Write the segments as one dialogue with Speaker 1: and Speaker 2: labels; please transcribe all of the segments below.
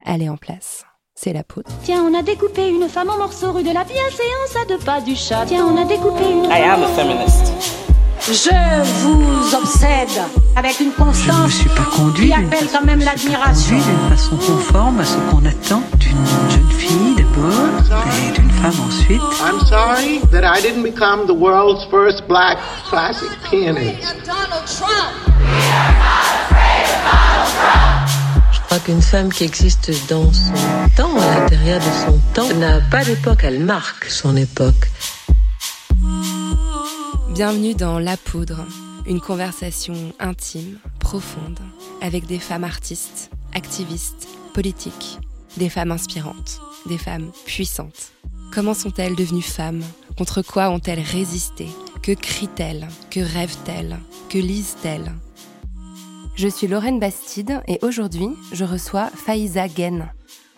Speaker 1: Elle est en place. C'est la poudre.
Speaker 2: Tiens, on a découpé une femme en morceaux rue de la bienséance à 2 pas du chat. Tiens, on a découpé une...
Speaker 3: I am a feminist.
Speaker 2: Je vous obsède avec une constance
Speaker 4: je ne me suis pas conduit
Speaker 2: qui appelle quand même l'admiration.
Speaker 4: D'une façon conforme à ce qu'on attend d'une jeune fille d'abord et d'une femme ensuite.
Speaker 5: I'm sorry that I didn't become the world's first black classic pianist.
Speaker 2: Donald Trump.
Speaker 6: Je crois qu'une femme qui existe dans son temps, à l'intérieur de son temps, n'a pas d'époque, elle marque son époque.
Speaker 1: Bienvenue dans La Poudre, une conversation intime, profonde, avec des femmes artistes, activistes, politiques, des femmes inspirantes, des femmes puissantes. Comment sont-elles devenues femmes ? Contre quoi ont-elles résisté ? Que crient-elles ? Que rêvent-elles ? Que lisent-elles ? Je suis Lorraine Bastide et aujourd'hui, je reçois Faiza Guène.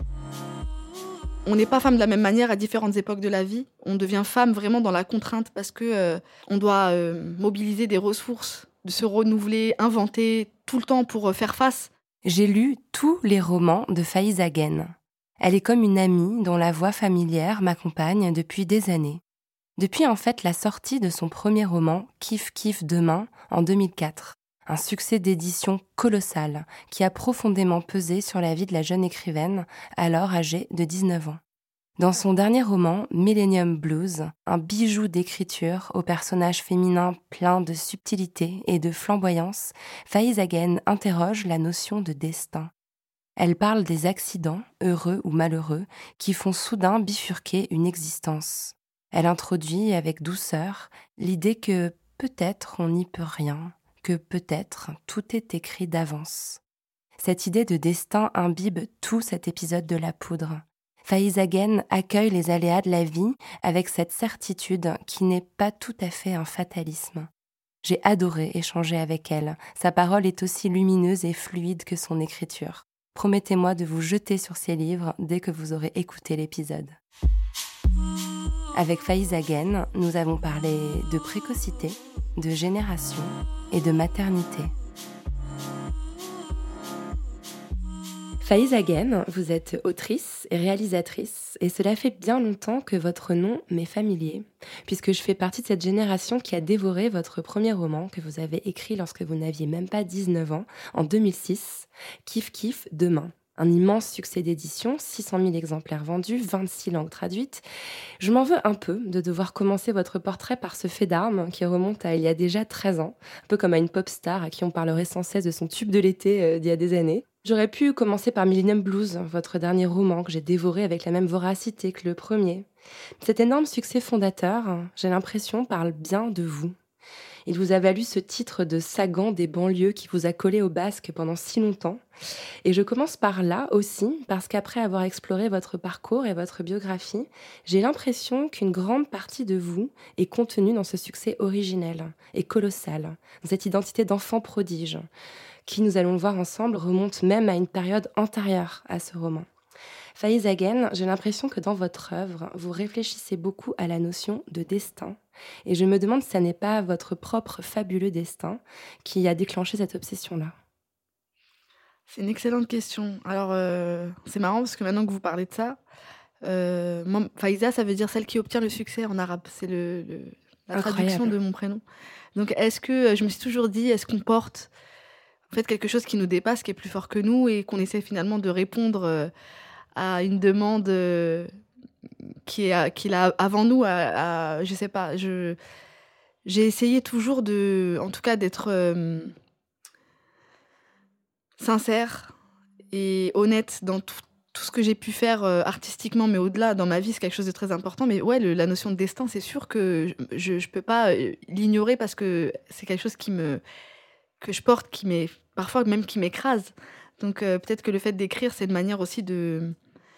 Speaker 7: On n'est pas femme de la même manière à différentes époques de la vie. On devient femme vraiment dans la contrainte parce que on doit mobiliser des ressources, de se renouveler, inventer tout le temps pour faire face.
Speaker 1: J'ai lu tous les romans de Faiza Guène. Elle est comme une amie dont la voix familière m'accompagne depuis des années. Depuis en fait la sortie de son premier roman, Kif Kif Demain, en 2004. Un succès d'édition colossal qui a profondément pesé sur la vie de la jeune écrivaine, alors âgée de 19 ans. Dans son dernier roman, Millennium Blues, un bijou d'écriture aux personnages féminins pleins de subtilité et de flamboyance, Faiza Guène interroge la notion de destin. Elle parle des accidents, heureux ou malheureux, qui font soudain bifurquer une existence. Elle introduit avec douceur l'idée que peut-être on n'y peut rien, que peut-être tout est écrit d'avance. Cette idée de destin imbibe tout cet épisode de La Poudre. Faiza Guène accueille les aléas de la vie avec cette certitude qui n'est pas tout à fait un fatalisme. J'ai adoré échanger avec elle. Sa parole est aussi lumineuse et fluide que son écriture. Promettez-moi de vous jeter sur ses livres dès que vous aurez écouté l'épisode. Avec Faiza Guène, nous avons parlé de précocité, de génération et de maternité. Faiza Guène, vous êtes autrice et réalisatrice, et cela fait bien longtemps que votre nom m'est familier, puisque je fais partie de cette génération qui a dévoré votre premier roman que vous avez écrit lorsque vous n'aviez même pas 19 ans, en 2006, Kif Kif Demain. Un immense succès d'édition, 600 000 exemplaires vendus, 26 langues traduites. Je m'en veux un peu de devoir commencer votre portrait par ce fait d'armes qui remonte à il y a déjà 13 ans, un peu comme à une pop star à qui on parlerait sans cesse de son tube de l'été d'il y a des années. J'aurais pu commencer par Millennium Blues, votre dernier roman que j'ai dévoré avec la même voracité que le premier. Cet énorme succès fondateur, j'ai l'impression, parle bien de vous. Il vous a valu ce titre de Sagan des banlieues qui vous a collé au basque pendant si longtemps. Et je commence par là aussi, parce qu'après avoir exploré votre parcours et votre biographie, j'ai l'impression qu'une grande partie de vous est contenue dans ce succès originel et colossal, dans cette identité d'enfant prodige, qui, nous allons le voir ensemble, remonte même à une période antérieure à ce roman. Faiza Guène, j'ai l'impression que dans votre œuvre, vous réfléchissez beaucoup à la notion de destin. Et je me demande si ça n'est pas votre propre fabuleux destin qui a déclenché cette obsession-là.
Speaker 7: C'est une excellente question. Alors, c'est marrant parce que maintenant que vous parlez de ça, moi, Faiza, ça veut dire celle qui obtient le succès en arabe. C'est la traduction de mon prénom. Donc, est-ce que je me suis toujours dit, est-ce qu'on porte en fait quelque chose qui nous dépasse, qui est plus fort que nous et qu'on essaie finalement de répondre à une demande qui est là avant nous, je sais pas. J'ai essayé toujours en tout cas d'être sincère et honnête dans tout ce que j'ai pu faire artistiquement, mais au-delà, dans ma vie, c'est quelque chose de très important. Mais ouais, la notion de destin, c'est sûr que je peux pas l'ignorer parce que c'est quelque chose que je porte, parfois même qui m'écrase. Donc peut-être que le fait d'écrire, c'est une manière aussi de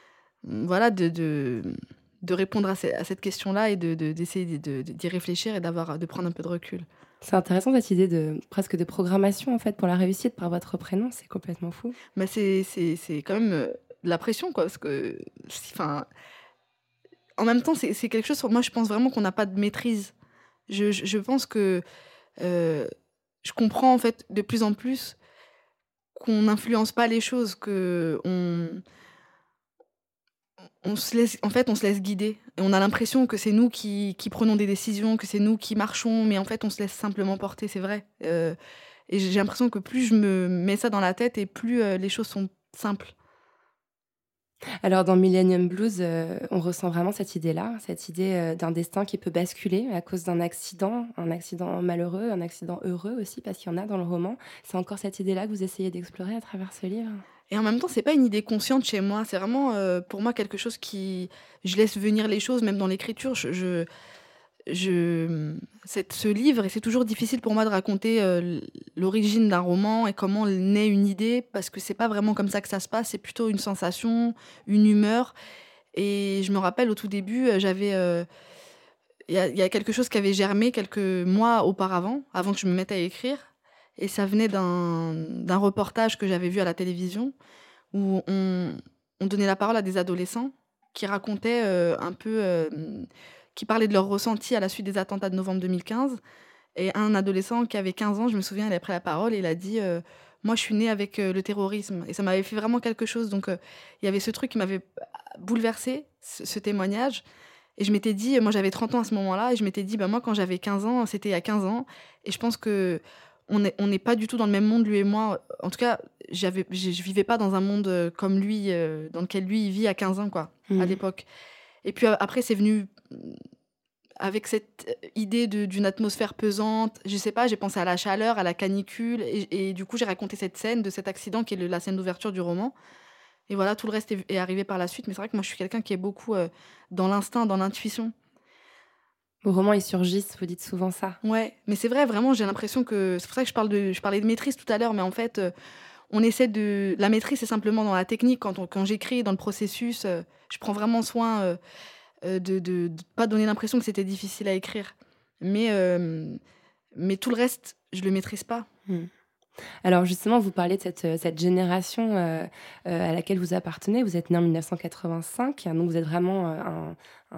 Speaker 7: répondre à cette question-là et d'essayer d'y réfléchir et de prendre un peu de recul.
Speaker 1: C'est intéressant cette idée presque de programmation en fait pour la réussite par votre prénom, c'est complètement fou.
Speaker 7: Mais c'est quand même de la pression quoi, parce que en même temps c'est quelque chose. Moi je pense vraiment qu'on n'a pas de maîtrise. Je pense que je comprends en fait de plus en plus qu'on n'influence pas les choses, que on se laisse guider. Et on a l'impression que c'est nous qui prenons des décisions, que c'est nous qui marchons, mais en fait, on se laisse simplement porter, c'est vrai. Et j'ai l'impression que plus je me mets ça dans la tête et plus les choses sont simples.
Speaker 1: Alors dans Millennium Blues, on ressent vraiment cette idée-là, cette idée d'un destin qui peut basculer à cause d'un accident, un accident malheureux, un accident heureux aussi, parce qu'il y en a dans le roman. C'est encore cette idée-là que vous essayez d'explorer à travers ce livre?
Speaker 7: Et en même temps, c'est pas une idée consciente chez moi. C'est vraiment, pour moi, quelque chose qui... Je laisse venir les choses, même dans l'écriture. Ce livre, et c'est toujours difficile pour moi de raconter l'origine d'un roman et comment naît une idée, parce que c'est pas vraiment comme ça que ça se passe, c'est plutôt une sensation, une humeur. Et je me rappelle, au tout début, il y a quelque chose qui avait germé quelques mois auparavant, avant que je me mette à écrire. Et ça venait d'un reportage que j'avais vu à la télévision, où on donnait la parole à des adolescents qui racontaient qui parlaient de leur ressenti à la suite des attentats de novembre 2015. Et un adolescent qui avait 15 ans, je me souviens, il a pris la parole et il a dit moi, je suis né avec le terrorisme. Et ça m'avait fait vraiment quelque chose. Donc, il y avait ce truc qui m'avait bouleversé, ce témoignage. Et je m'étais dit, moi, j'avais 30 ans à ce moment-là, et je m'étais dit, moi, quand j'avais 15 ans, c'était il y a 15 ans. Et je pense que on n'est pas du tout dans le même monde, lui et moi. En tout cas, je vivais pas dans un monde comme lui, dans lequel lui, il vit à 15 ans, quoi, à l'époque. Et puis après, c'est venu avec cette idée d'une atmosphère pesante. Je sais pas, j'ai pensé à la chaleur, à la canicule. Et du coup, j'ai raconté cette scène de cet accident qui est la scène d'ouverture du roman. Et voilà, tout le reste est arrivé par la suite. Mais c'est vrai que moi, je suis quelqu'un qui est beaucoup dans l'instinct, dans l'intuition.
Speaker 1: Vos romans, ils surgissent, vous dites souvent ça.
Speaker 7: Ouais, mais c'est vrai, vraiment, j'ai l'impression que... C'est pour ça que je parlais de maîtrise tout à l'heure, mais en fait, on essaie de... La maîtrise, c'est simplement dans la technique. Quand j'écris, dans le processus, je prends vraiment soin de pas donner l'impression que c'était difficile à écrire. Mais tout le reste, je le maîtrise pas.
Speaker 1: Alors justement, vous parlez de cette génération à laquelle vous appartenez. Vous êtes né en 1985, donc vous êtes vraiment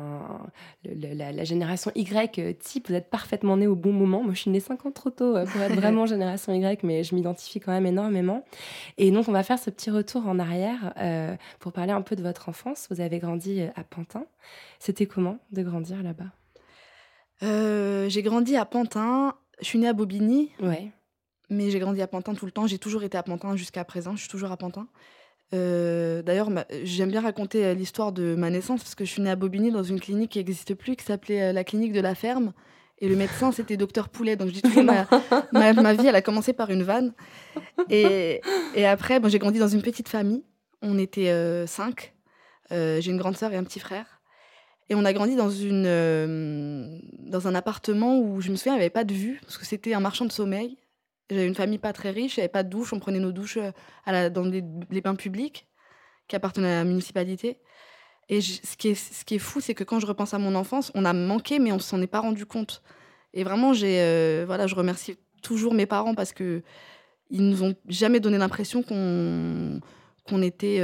Speaker 1: la génération Y type. Vous êtes parfaitement né au bon moment. Moi, je suis née 5 ans trop tôt pour être vraiment génération Y, mais je m'identifie quand même énormément. Et donc, on va faire ce petit retour en arrière pour parler un peu de votre enfance. Vous avez grandi à Pantin. C'était comment de grandir là-bas?
Speaker 7: J'ai grandi à Pantin. Je suis née à Bobigny.
Speaker 1: Ouais.
Speaker 7: Mais j'ai grandi à Pantin tout le temps. J'ai toujours été à Pantin jusqu'à présent. Je suis toujours à Pantin. D'ailleurs, j'aime bien raconter l'histoire de ma naissance parce que je suis née à Bobigny dans une clinique qui n'existe plus, qui s'appelait la clinique de la ferme. Et le médecin, c'était Docteur Poulet. Donc, je dis toujours, ma vie, elle a commencé par une vanne. Et après, j'ai grandi dans une petite famille. On était 5. J'ai une grande sœur et un petit frère. Et on a grandi dans un appartement où, je me souviens, il n'y avait pas de vue parce que c'était un marchand de sommeil. J'avais une famille pas très riche, il n'y avait pas de douche, on prenait nos douches dans les bains publics qui appartenaient à la municipalité. Et ce qui est fou, c'est que quand je repense à mon enfance, on a manqué, mais on ne s'en est pas rendu compte. Et vraiment, je remercie toujours mes parents parce qu'ils ne nous ont jamais donné l'impression qu'on était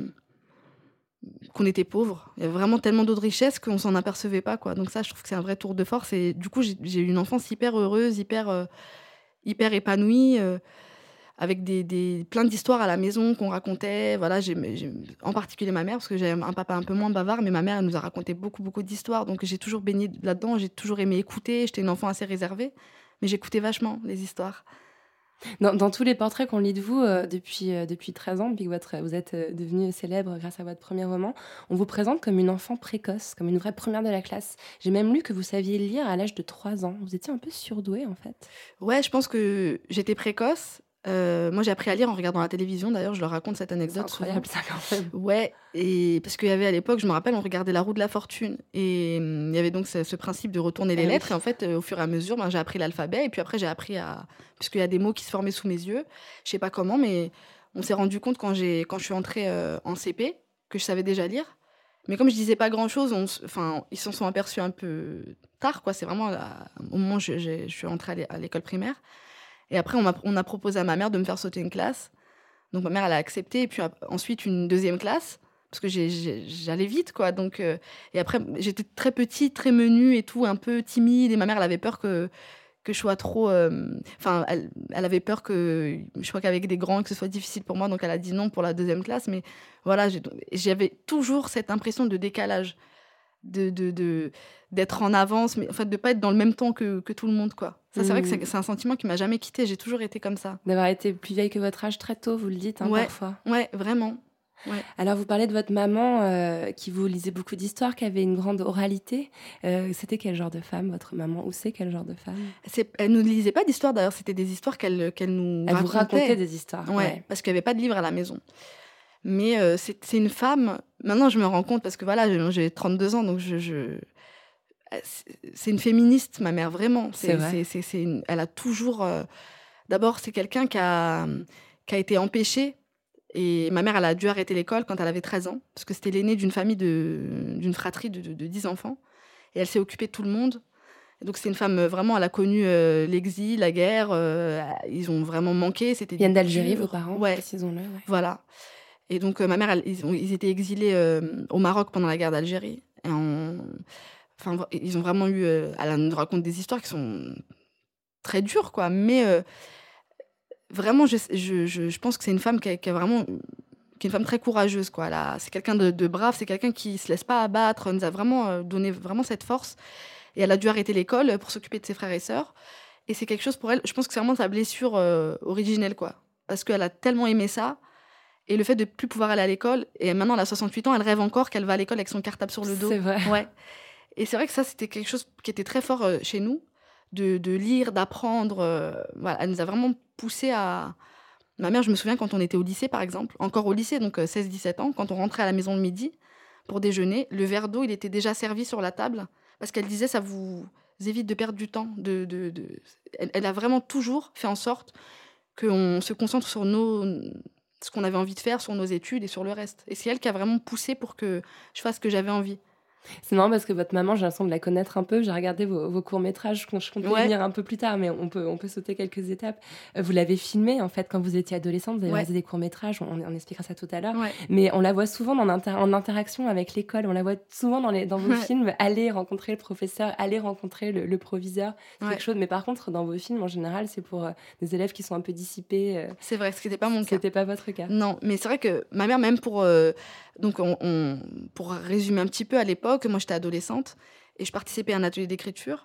Speaker 7: pauvres. Il y avait vraiment tellement d'autres richesses qu'on ne s'en apercevait pas, quoi. Donc ça, je trouve que c'est un vrai tour de force. Et du coup, j'ai eu une enfance hyper heureuse, hyper épanouie, avec plein d'histoires à la maison qu'on racontait. Voilà, en particulier ma mère, parce que j'ai un papa un peu moins bavard, mais ma mère, elle nous a raconté beaucoup, beaucoup d'histoires. Donc j'ai toujours baigné là-dedans, j'ai toujours aimé écouter. J'étais une enfant assez réservée, mais j'écoutais vachement les histoires.
Speaker 1: Dans tous les portraits qu'on lit de vous depuis 13 ans, depuis que vous êtes devenue célèbre grâce à votre premier roman, on vous présente comme une enfant précoce, comme une vraie première de la classe. J'ai même lu que vous saviez lire à l'âge de 3 ans. Vous étiez un peu surdouée, en fait.
Speaker 7: Ouais, je pense que j'étais précoce. Moi, j'ai appris à lire en regardant la télévision. D'ailleurs, je leur raconte cette anecdote.
Speaker 1: C'est incroyable, ça, quand même.
Speaker 7: Ouais, et parce qu'il y avait à l'époque, je me rappelle, on regardait La Roue de la Fortune. Et il y avait donc ce principe de retourner les lettres. Et en fait, au fur et à mesure, j'ai appris l'alphabet. Et puis après, j'ai appris puisqu'il y a des mots qui se formaient sous mes yeux. Je sais pas comment, mais on s'est rendu compte quand je suis entrée en CP que je savais déjà lire. Mais comme je disais pas grand-chose, ils s'en sont aperçus un peu tard, quoi. C'est vraiment au moment où je suis entrée à l'école primaire. Et après, on a proposé à ma mère de me faire sauter une classe. Donc, ma mère, elle a accepté. Et puis, ensuite, une deuxième classe. Parce que j'allais vite, quoi. Donc, et après, j'étais très petite, très menue et tout, un peu timide. Et ma mère, elle avait peur que que je sois trop... Enfin, elle avait peur que... Je crois qu'avec des grands, que ce soit difficile pour moi, donc elle a dit non pour la 2e classe. Mais voilà, j'avais toujours cette impression de décalage, d'être en avance, mais en fait, de ne pas être dans le même temps que tout le monde, quoi. Ça, c'est vrai que c'est un sentiment qui ne m'a jamais quittée. J'ai toujours été comme ça.
Speaker 1: D'avoir été plus vieille que votre âge très tôt, vous le dites, parfois.
Speaker 7: Ouais, vraiment. Ouais.
Speaker 1: Alors, vous parlez de votre maman qui vous lisait beaucoup d'histoires, qui avait une grande oralité. C'était quel genre de femme, votre maman? Ou c'est quel genre de femme?
Speaker 7: Elle ne lisait pas d'histoires, d'ailleurs. C'était des histoires qu'elle nous racontait.
Speaker 1: Elle vous racontait des histoires.
Speaker 7: Ouais, parce qu'il n'y avait pas de livre à la maison. Mais c'est une femme... Maintenant, je me rends compte, parce que voilà, j'ai 32 ans, donc c'est une féministe, ma mère, vraiment.
Speaker 1: C'est vrai.
Speaker 7: Elle a toujours... D'abord, c'est quelqu'un qui a été empêché. Et ma mère, elle a dû arrêter l'école quand elle avait 13 ans, parce que c'était l'aînée d'une famille, d'une fratrie de 10 enfants. Et elle s'est occupée de tout le monde. Et donc, c'est une femme, vraiment, elle a connu l'exil, la guerre. Ils ont vraiment manqué. Ils
Speaker 1: viennent d'Algérie, vos parents,
Speaker 7: ouais.
Speaker 1: précisons-le. Ouais.
Speaker 7: Voilà. Et donc, ma mère, ils étaient exilés au Maroc pendant la guerre d'Algérie. Enfin, ils ont vraiment eu... elle nous raconte des histoires qui sont très dures, quoi. Mais vraiment, je pense que c'est une femme qui est une femme très courageuse, quoi. C'est quelqu'un de brave, c'est quelqu'un qui ne se laisse pas abattre, elle nous a vraiment donné vraiment cette force. Et elle a dû arrêter l'école pour s'occuper de ses frères et sœurs. Et c'est quelque chose pour elle, je pense que c'est vraiment sa blessure originelle, quoi. Parce qu'elle a tellement aimé ça. Et le fait de ne plus pouvoir aller à l'école, et maintenant elle a 68 ans, elle rêve encore qu'elle va à l'école avec son cartable sur le dos.
Speaker 1: C'est vrai.
Speaker 7: Ouais. Et c'est vrai que ça, c'était quelque chose qui était très fort chez nous, de lire, d'apprendre. Voilà. Elle nous a vraiment poussé à... Ma mère, je me souviens quand on était au lycée, par exemple, encore au lycée, donc 16-17 ans, quand on rentrait à la maison le midi pour déjeuner, le verre d'eau, il était déjà servi sur la table, parce qu'elle disait, ça vous évite de perdre du temps. Elle a vraiment toujours fait en sorte qu'on se concentre sur ce qu'on avait envie de faire, sur nos études et sur le reste. Et c'est elle qui a vraiment poussé pour que je fasse ce que j'avais envie.
Speaker 1: C'est marrant parce que votre maman, j'ai l'impression de la connaître un peu. J'ai regardé vos courts-métrages, je compte y venir un peu plus tard, mais on peut sauter quelques étapes. Vous l'avez filmé, en fait, quand vous étiez adolescente, vous avez réalisé des courts-métrages, on expliquera ça tout à l'heure. Ouais. Mais on la voit souvent en interaction avec l'école, on la voit souvent dans vos films, aller rencontrer le professeur, aller rencontrer le proviseur, quelque chose. Mais par contre, dans vos films, en général, c'est pour des élèves qui sont un peu dissipés.
Speaker 7: C'est vrai, ce qui n'était pas mon cas.
Speaker 1: C'était pas votre cas.
Speaker 7: Non, mais c'est vrai que ma mère, même pour résumer un petit peu, à l'époque, moi j'étais adolescente et je participais à un atelier d'écriture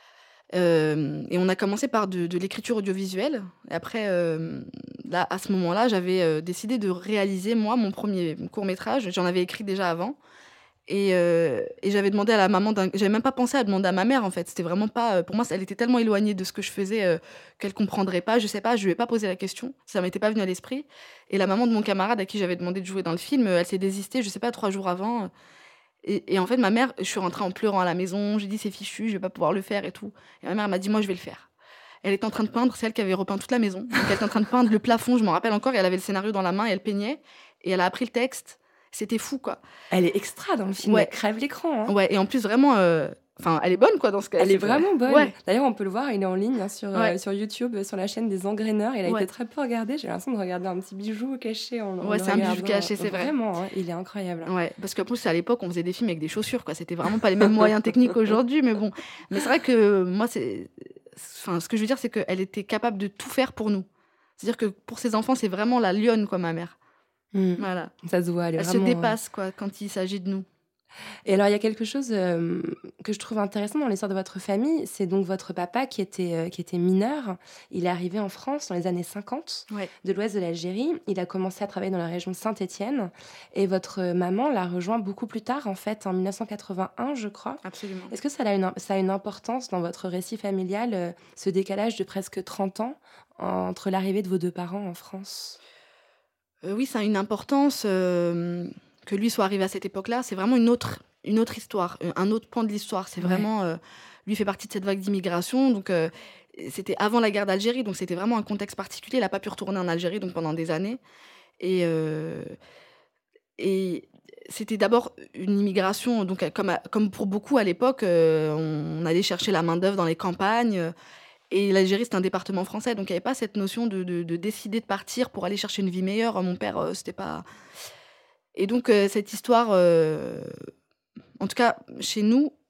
Speaker 7: et on a commencé par de l'écriture audiovisuelle et après là, à ce moment-là j'avais décidé de réaliser moi mon premier court-métrage. J'en avais écrit déjà avant et j'avais demandé à la maman j'avais même pas pensé à demander à ma mère, en fait. C'était vraiment pas pour moi, elle était tellement éloignée de ce que je faisais qu'elle comprendrait pas, je sais pas, je lui ai pas posé la question, ça m'était pas venu à l'esprit. Et la maman de mon camarade à qui j'avais demandé de jouer dans le film, elle s'est désistée, je sais pas, 3 jours avant. Et en fait, ma mère, je suis rentrée en pleurant à la maison, j'ai dit c'est fichu, je vais pas pouvoir le faire et tout. Et ma mère m'a dit moi je vais le faire. Elle était en train de peindre, c'est elle qui avait repeint toute la maison. Donc elle était en train de peindre le plafond, je m'en rappelle encore, et elle avait le scénario dans la main et elle peignait. Et elle a appris le texte, c'était fou, quoi.
Speaker 1: Elle est extra dans le film, elle crève l'écran. Hein.
Speaker 7: Ouais, et en plus vraiment, elle est bonne, quoi, dans ce cas.
Speaker 1: Elle est vraiment bonne.
Speaker 7: Ouais.
Speaker 1: D'ailleurs, on peut le voir, il est en ligne sur YouTube, sur la chaîne des Engraineurs. Il a été très peu regardé. J'ai l'impression de regarder un petit bijou caché.
Speaker 7: C'est un bijou caché, c'est vrai.
Speaker 1: Vraiment, hein, il est incroyable.
Speaker 7: Ouais, parce qu'en plus, à l'époque, on faisait des films avec des chaussures, quoi. C'était vraiment pas les mêmes moyens techniques qu'aujourd'hui, mais bon. Mais c'est vrai que moi, ce que je veux dire, c'est qu'elle était capable de tout faire pour nous. C'est-à-dire que pour ses enfants, c'est vraiment la lionne, quoi, ma mère. Voilà.
Speaker 1: Ça se voit, elle
Speaker 7: se dépasse, quoi, quand il s'agit de nous.
Speaker 1: Et alors, il y a quelque chose que je trouve intéressant dans l'histoire de votre famille, c'est donc votre papa qui était mineur. Il est arrivé en France dans les années 50, de l'ouest de l'Algérie. Il a commencé à travailler dans la région de Saint-Étienne. Et votre maman l'a rejoint beaucoup plus tard, en fait, en 1981, je crois.
Speaker 7: Absolument.
Speaker 1: Est-ce que ça a une importance dans votre récit familial, ce décalage de presque 30 ans entre l'arrivée de vos 2 parents en France ?
Speaker 7: Oui, ça a une importance... que lui soit arrivé à cette époque-là, c'est vraiment une autre histoire, un autre pan de l'histoire. C'est vraiment... lui fait partie de cette vague d'immigration, donc c'était avant la guerre d'Algérie, donc c'était vraiment un contexte particulier. Il n'a pas pu retourner en Algérie donc pendant des années. Et c'était d'abord une immigration, donc comme pour beaucoup à l'époque, on allait chercher la main-d'œuvre dans les campagnes. Et l'Algérie, c'est un département français, donc il n'y avait pas cette notion de décider de partir pour aller chercher une vie meilleure. Mon père, c'était pas... Et donc, cette histoire, en tout cas, chez nous,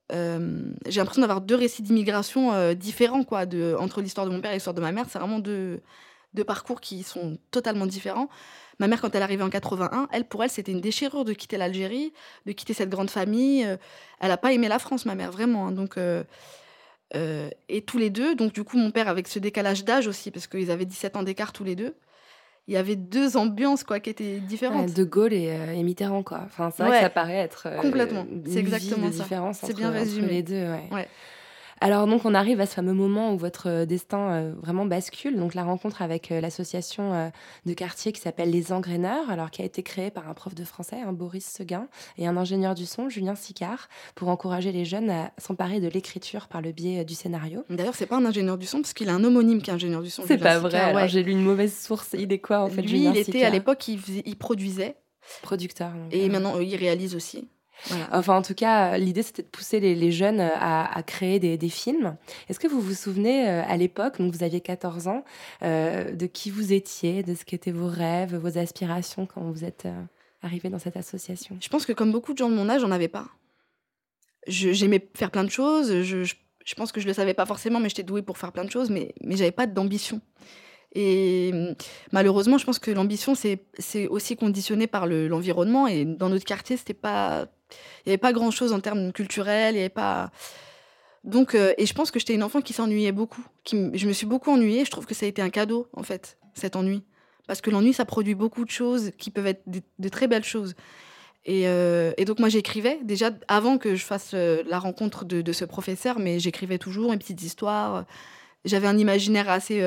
Speaker 7: j'ai l'impression d'avoir 2 récits d'immigration différents, quoi, entre l'histoire de mon père et l'histoire de ma mère. C'est vraiment deux parcours qui sont totalement différents. Ma mère, quand elle est arrivée en 81, pour elle, c'était une déchirure de quitter l'Algérie, de quitter cette grande famille. Elle n'a pas aimé la France, ma mère, vraiment. Hein. Donc, et tous les deux, donc du coup, mon père, avec ce décalage d'âge aussi, parce qu'ils avaient 17 ans d'écart tous les deux, il y avait 2 ambiances, quoi, qui étaient différentes.
Speaker 1: Ouais, de Gaulle et Mitterrand, quoi. Enfin, c'est vrai que ça paraît être
Speaker 7: complètement.
Speaker 1: C'est exactement vie de différence
Speaker 7: c'est bien résumé.
Speaker 1: entre les deux.
Speaker 7: Ouais.
Speaker 1: Alors donc on arrive à ce fameux moment où votre destin vraiment bascule, donc la rencontre avec l'association de quartier qui s'appelle Les Engraineurs, alors qui a été créée par un prof de français, Boris Seguin, et un ingénieur du son, Julien Sicard, pour encourager les jeunes à s'emparer de l'écriture par le biais du scénario.
Speaker 7: D'ailleurs, c'est pas un ingénieur du son, parce qu'il a un homonyme qui est ingénieur du son.
Speaker 1: C'est pas vrai, alors j'ai lu une mauvaise source. Il est quoi en fait,
Speaker 7: Lui,
Speaker 1: Julien
Speaker 7: il
Speaker 1: Sicard
Speaker 7: était à l'époque, il produisait.
Speaker 1: Producteur. Donc,
Speaker 7: et maintenant, il réalise aussi. Voilà.
Speaker 1: Enfin, en tout cas, l'idée, c'était de pousser les jeunes à créer des films. Est-ce que vous vous souvenez, à l'époque, donc vous aviez 14 ans, de qui vous étiez, de ce qu'étaient vos rêves, vos aspirations quand vous êtes arrivé dans cette association ?
Speaker 7: Je pense que comme beaucoup de gens de mon âge, j'en avais pas. J'aimais faire plein de choses. Je pense que je le savais pas forcément, mais j'étais douée pour faire plein de choses, mais j'avais pas d'ambition. Et malheureusement, je pense que l'ambition, c'est aussi conditionné par l'environnement. Et dans notre quartier, il n'y avait pas grand-chose en termes culturels. Il y avait pas... Donc, et je pense que j'étais une enfant qui s'ennuyait beaucoup. Je me suis beaucoup ennuyée. Je trouve que ça a été un cadeau, en fait, cet ennui. Parce que l'ennui, ça produit beaucoup de choses qui peuvent être de très belles choses. Et donc, moi, j'écrivais déjà avant que je fasse la rencontre de ce professeur, mais j'écrivais toujours mes petites histoires. J'avais un imaginaire assez...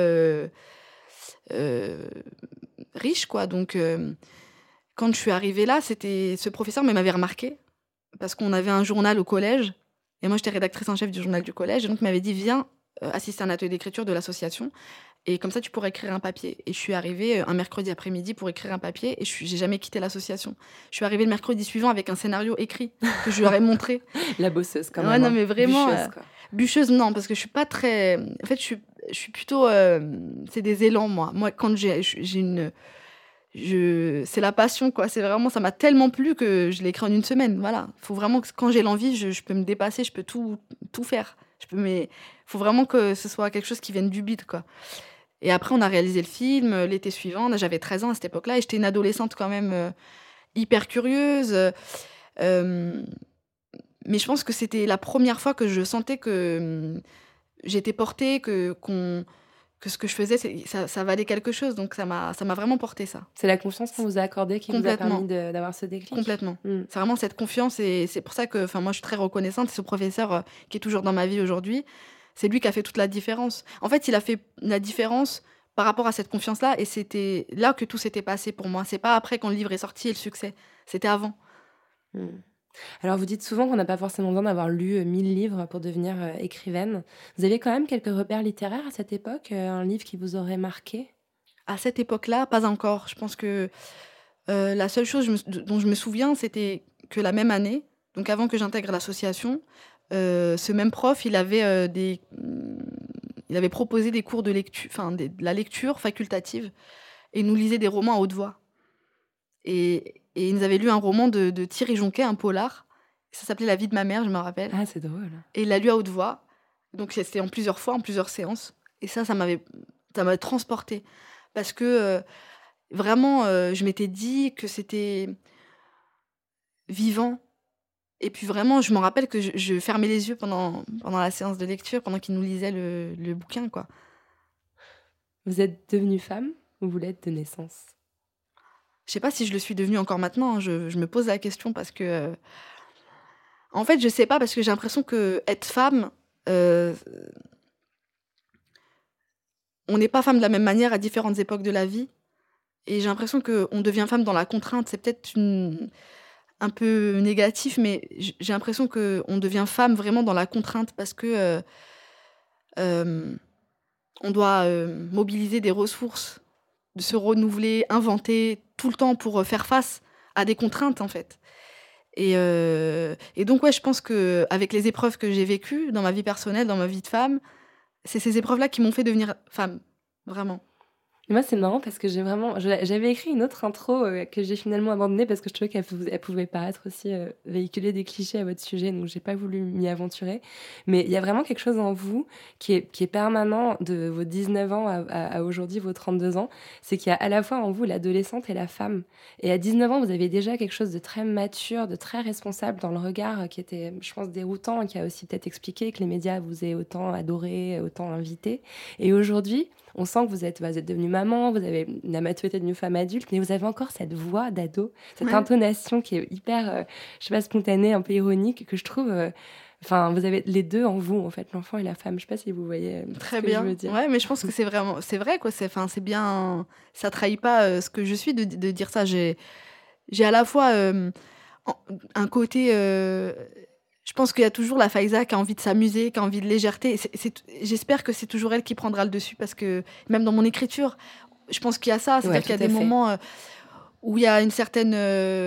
Speaker 7: riche, quoi. Donc, quand je suis arrivée là, ce professeur m'avait remarqué parce qu'on avait un journal au collège et moi, j'étais rédactrice en chef du journal du collège et donc, il m'avait dit, viens assister à un atelier d'écriture de l'association et comme ça, tu pourrais écrire un papier. Et je suis arrivée un mercredi après-midi pour écrire un papier et j'ai jamais quitté l'association. Je suis arrivée le mercredi suivant avec un scénario écrit que je leur ai montré.
Speaker 1: La bosseuse, quand même.
Speaker 7: Ouais, non, mais vraiment...
Speaker 1: Bûcheuse, quoi.
Speaker 7: Bûcheuse, non, parce que je suis pas très... En fait, je suis plutôt... c'est des élans, moi. Moi, quand j'ai une... c'est la passion, quoi. C'est vraiment... Ça m'a tellement plu que je l'ai écrit en une semaine. Voilà. Il faut vraiment que quand j'ai l'envie, je peux me dépasser, je peux tout faire. Mais faut vraiment que ce soit quelque chose qui vienne du bide, quoi. Et après, on a réalisé le film l'été suivant. J'avais 13 ans à cette époque-là et j'étais une adolescente quand même hyper curieuse. Mais je pense que c'était la première fois que je sentais que j'étais portée, que ce que je faisais, ça valait quelque chose. Donc, ça m'a vraiment porté, ça.
Speaker 1: C'est la confiance qu'on vous a accordée qui vous a permis d'avoir ce déclic.
Speaker 7: Complètement. C'est vraiment cette confiance et c'est pour ça que moi, je suis très reconnaissante. C'est ce professeur qui est toujours dans ma vie aujourd'hui. C'est lui qui a fait toute la différence. En fait, il a fait la différence par rapport à cette confiance-là et c'était là que tout s'était passé pour moi. C'est pas après quand le livre est sorti et le succès. C'était avant.
Speaker 1: Alors, vous dites souvent qu'on n'a pas forcément besoin d'avoir lu 1000 livres pour devenir écrivaine. Vous avez quand même quelques repères littéraires à cette époque, un livre qui vous aurait marqué ?
Speaker 7: À cette époque-là, pas encore. Je pense que la seule chose dont je me souviens, c'était que la même année, donc avant que j'intègre l'association, ce même prof, il avait proposé des cours de lecture, de la lecture facultative, et il nous lisait des romans à haute voix. Et il nous avait lu un roman de Thierry Jonquet, un polar. Ça s'appelait La vie de ma mère, je me rappelle.
Speaker 1: Ah, c'est drôle.
Speaker 7: Et il l'a lu à haute voix. Donc c'était en plusieurs fois, en plusieurs séances. Et ça m'avait transportée. Parce que vraiment, je m'étais dit que c'était vivant. Et puis vraiment, je me rappelle que je fermais les yeux pendant la séance de lecture, pendant qu'il nous lisait le bouquin, quoi.
Speaker 1: Vous êtes devenue femme ou vous l'êtes de naissance ?
Speaker 7: Je sais pas si je le suis devenue encore maintenant. Je me pose la question parce que... en fait, je sais pas, parce que j'ai l'impression que être femme... on n'est pas femme de la même manière à différentes époques de la vie. Et j'ai l'impression qu'on devient femme dans la contrainte. C'est peut-être un peu négatif, mais j'ai l'impression qu'on devient femme vraiment dans la contrainte parce que on doit mobiliser des ressources, de se renouveler, inventer tout le temps pour faire face à des contraintes, en fait. Et donc, ouais, je pense qu'avec les épreuves que j'ai vécues dans ma vie personnelle, dans ma vie de femme, c'est ces épreuves-là qui m'ont fait devenir femme, vraiment.
Speaker 1: Moi, c'est marrant parce que j'avais écrit une autre intro que j'ai finalement abandonnée parce que je trouvais qu'elle pouvait paraître aussi véhiculer des clichés à votre sujet, donc j'ai pas voulu m'y aventurer. Mais il y a vraiment quelque chose en vous qui est permanent de vos 19 ans à aujourd'hui, vos 32 ans. C'est qu'il y a à la fois en vous l'adolescente et la femme. Et à 19 ans, vous avez déjà quelque chose de très mature, de très responsable dans le regard qui était, je pense, déroutant et qui a aussi peut-être expliqué que les médias vous aient autant adoré, autant invité. Et aujourd'hui, on sent que vous êtes devenue maman, vous avez la maturité d'une femme adulte, mais vous avez encore cette voix d'ado, cette intonation qui est hyper, spontanée, un peu ironique, que je trouve... vous avez les deux en vous, en fait, l'enfant et la femme. Je sais pas si vous voyez
Speaker 7: Très
Speaker 1: ce que
Speaker 7: bien.
Speaker 1: je veux dire.
Speaker 7: Ouais, mais je pense que c'est vrai, quoi. C'est bien... Ça trahit pas ce que je suis de dire ça. J'ai à la fois un côté... Je pense qu'il y a toujours la Faiza qui a envie de s'amuser, qui a envie de légèreté. J'espère que c'est toujours elle qui prendra le dessus parce que même dans mon écriture, je pense qu'il y a ça. C'est-à-dire qu'il y a des moments où il y a une certaine...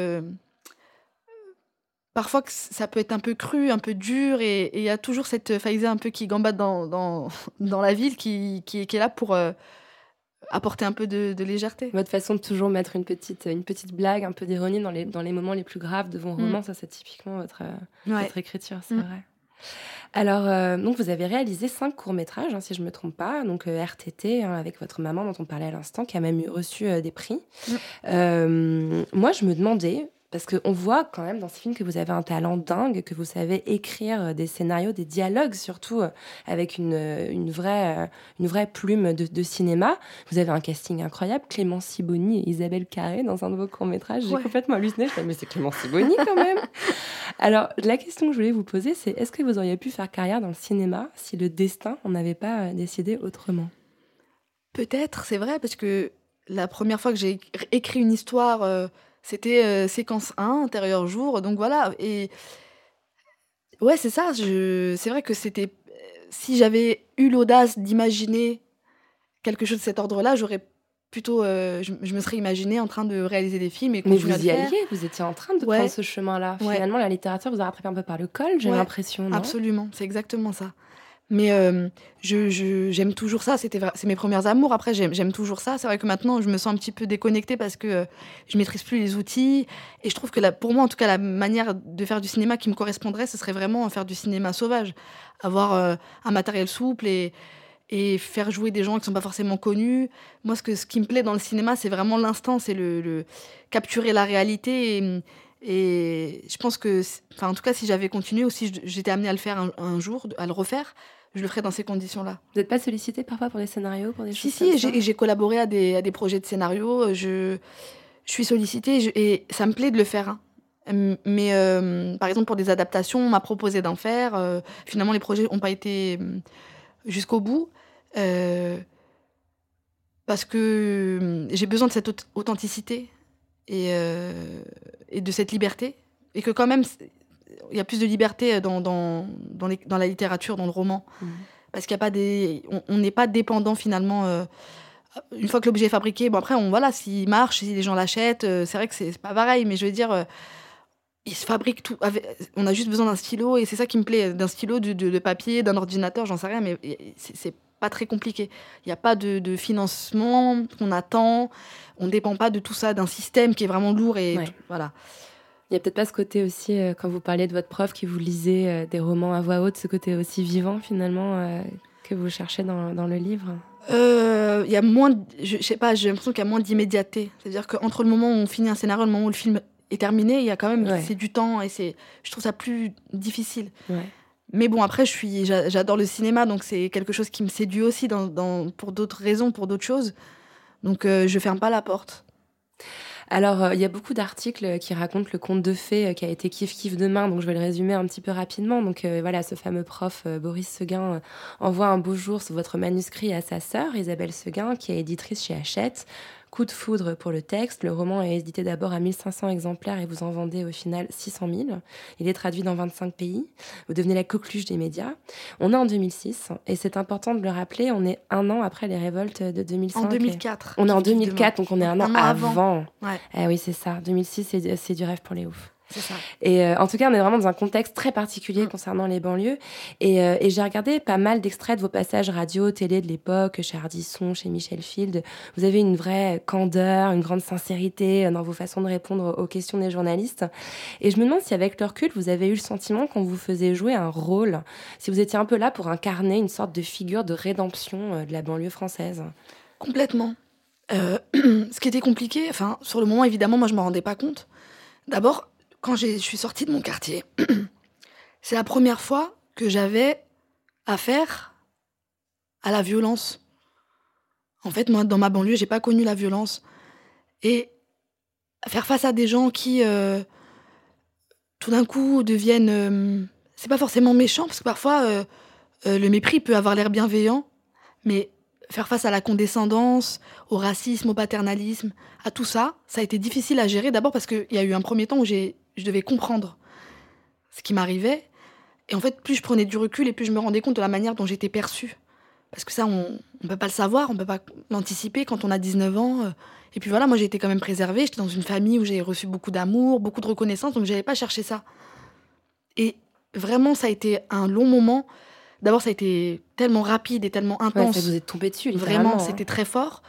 Speaker 7: Parfois, ça peut être un peu cru, un peu dur. Et il y a toujours cette Faiza un peu qui gambade dans la ville qui est là pour... apporter un peu de légèreté.
Speaker 1: Votre façon de toujours mettre une petite blague, un peu d'ironie dans les moments les plus graves de vos romans, ça c'est typiquement votre écriture, c'est vrai. Alors, donc vous avez réalisé 5 courts-métrages, si je ne me trompe pas, donc RTT, avec votre maman dont on parlait à l'instant, qui a même reçu des prix. Moi, je me demandais... Parce qu'on voit quand même dans ce film que vous avez un talent dingue, que vous savez écrire des scénarios, des dialogues surtout, avec une vraie plume de cinéma. Vous avez un casting incroyable, Clément Sibony et Isabelle Carré dans un de vos courts-métrages. J'ai complètement halluciné, je me disais, mais c'est Clément Sibony quand même. Alors, la question que je voulais vous poser, c'est est-ce que vous auriez pu faire carrière dans le cinéma si le destin n'en avait pas décidé autrement ?
Speaker 7: Peut-être, c'est vrai, parce que la première fois que j'ai écrit une histoire... c'était séquence 1, intérieur jour, donc voilà. Et ouais, c'est ça. C'est vrai que c'était... Si j'avais eu l'audace d'imaginer quelque chose de cet ordre-là, j'aurais plutôt... je me serais imaginée en train de réaliser des films et continuer à le faire.
Speaker 1: Mais vous y alliez, vous étiez en train de prendre ce chemin-là. Finalement, la littérature vous a rattrapé un peu par le col, j'ai l'impression, non ?
Speaker 7: Absolument, c'est exactement ça. Mais j'aime toujours ça, c'est mes premiers amours. Après, j'aime toujours ça. C'est vrai que maintenant, je me sens un petit peu déconnectée parce que je maîtrise plus les outils. Et je trouve que pour moi, en tout cas, la manière de faire du cinéma qui me correspondrait, ce serait vraiment faire du cinéma sauvage. Avoir un matériel souple et faire jouer des gens qui ne sont pas forcément connus. Moi, ce qui me plaît dans le cinéma, c'est vraiment l'instant, c'est le capturer la réalité. Et je pense que, en tout cas, si j'avais continué ou si j'étais amenée à le faire un jour, à le refaire, je le ferais dans ces conditions-là.
Speaker 1: Vous n'êtes pas sollicitée parfois pour des scénarios, pour des choses
Speaker 7: comme ça ?
Speaker 1: Si,
Speaker 7: j'ai collaboré à des projets de scénario. Je suis sollicitée et ça me plaît de le faire. Mais par exemple, pour des adaptations, on m'a proposé d'en faire. Finalement, les projets n'ont pas été jusqu'au bout. Parce que j'ai besoin de cette authenticité et de cette liberté. Et que quand même... il y a plus de liberté dans la littérature, dans le roman. Parce qu'il y a pas on n'est pas dépendant finalement. Une fois que l'objet est fabriqué, après, s'il marche, si les gens l'achètent, c'est vrai que c'est pas pareil, mais je veux dire, il se fabrique tout. On a juste besoin d'un stylo, et c'est ça qui me plaît, d'un stylo, de papier, d'un ordinateur, j'en sais rien, mais c'est pas très compliqué. Il n'y a pas de financement qu'on attend, on ne dépend pas de tout ça, d'un système qui est vraiment lourd, et voilà.
Speaker 1: Il n'y a peut-être pas ce côté aussi, quand vous parliez de votre prof qui vous lisait des romans à voix haute, ce côté aussi vivant finalement que vous cherchez dans le livre ?
Speaker 7: Il y a moins, je sais pas, j'ai l'impression qu'il y a moins d'immédiateté. C'est-à-dire qu'entre le moment où on finit un scénario et le moment où le film est terminé, il y a quand même c'est du temps et je trouve ça plus difficile. Mais bon, après, j'adore le cinéma, donc c'est quelque chose qui me séduit aussi pour d'autres raisons, pour d'autres choses. Donc je ferme pas la porte.
Speaker 1: Alors, il y a beaucoup d'articles qui racontent le conte de fées qui a été Kiff demain, donc je vais le résumer un petit peu rapidement. Donc voilà, ce fameux prof, Boris Seguin, envoie un beau jour votre manuscrit à sa sœur, Isabelle Seguin, qui est éditrice chez Hachette. Coup de foudre pour le texte. Le roman est édité d'abord à 1500 exemplaires et vous en vendez au final 600 000. Il est traduit dans 25 pays. Vous devenez la coqueluche des médias. On est en 2006 et c'est important de le rappeler, on est 1 an après les révoltes de 2005.
Speaker 7: En 2004.
Speaker 1: On est en 2004, donc on est un an avant.
Speaker 7: Ouais.
Speaker 1: Eh oui, c'est ça. 2006, c'est du rêve pour les oufs.
Speaker 7: C'est ça.
Speaker 1: Et en tout cas, on est vraiment dans un contexte très particulier concernant les banlieues. Et j'ai regardé pas mal d'extraits de vos passages radio, télé de l'époque, chez Ardisson, chez Michel Field. Vous avez une vraie candeur, une grande sincérité dans vos façons de répondre aux questions des journalistes. Et je me demande si avec le recul, vous avez eu le sentiment qu'on vous faisait jouer un rôle, si vous étiez un peu là pour incarner une sorte de figure de rédemption de la banlieue française.
Speaker 7: Complètement. Ce qui était compliqué, sur le moment, évidemment, moi, je ne me rendais pas compte. D'abord, quand je suis sortie de mon quartier, c'est la première fois que j'avais affaire à la violence. En fait, moi, dans ma banlieue, j'ai pas connu la violence. Et faire face à des gens qui, tout d'un coup, deviennent... c'est pas forcément méchant, parce que parfois, le mépris peut avoir l'air bienveillant, mais faire face à la condescendance, au racisme, au paternalisme, à tout ça, ça a été difficile à gérer. D'abord parce qu'il y a eu un premier temps où je devais comprendre ce qui m'arrivait. Et en fait, plus je prenais du recul et plus je me rendais compte de la manière dont j'étais perçue. Parce que ça, on ne peut pas le savoir, on ne peut pas l'anticiper quand on a 19 ans. Et puis voilà, moi, j'ai été quand même préservée. J'étais dans une famille où j'ai reçu beaucoup d'amour, beaucoup de reconnaissance, donc je n'avais pas cherché ça. Et vraiment, ça a été un long moment. D'abord, ça a été tellement rapide et tellement intense.
Speaker 1: Ouais, ça vous est tombé dessus, littéralement.
Speaker 7: Vraiment, c'était très fort.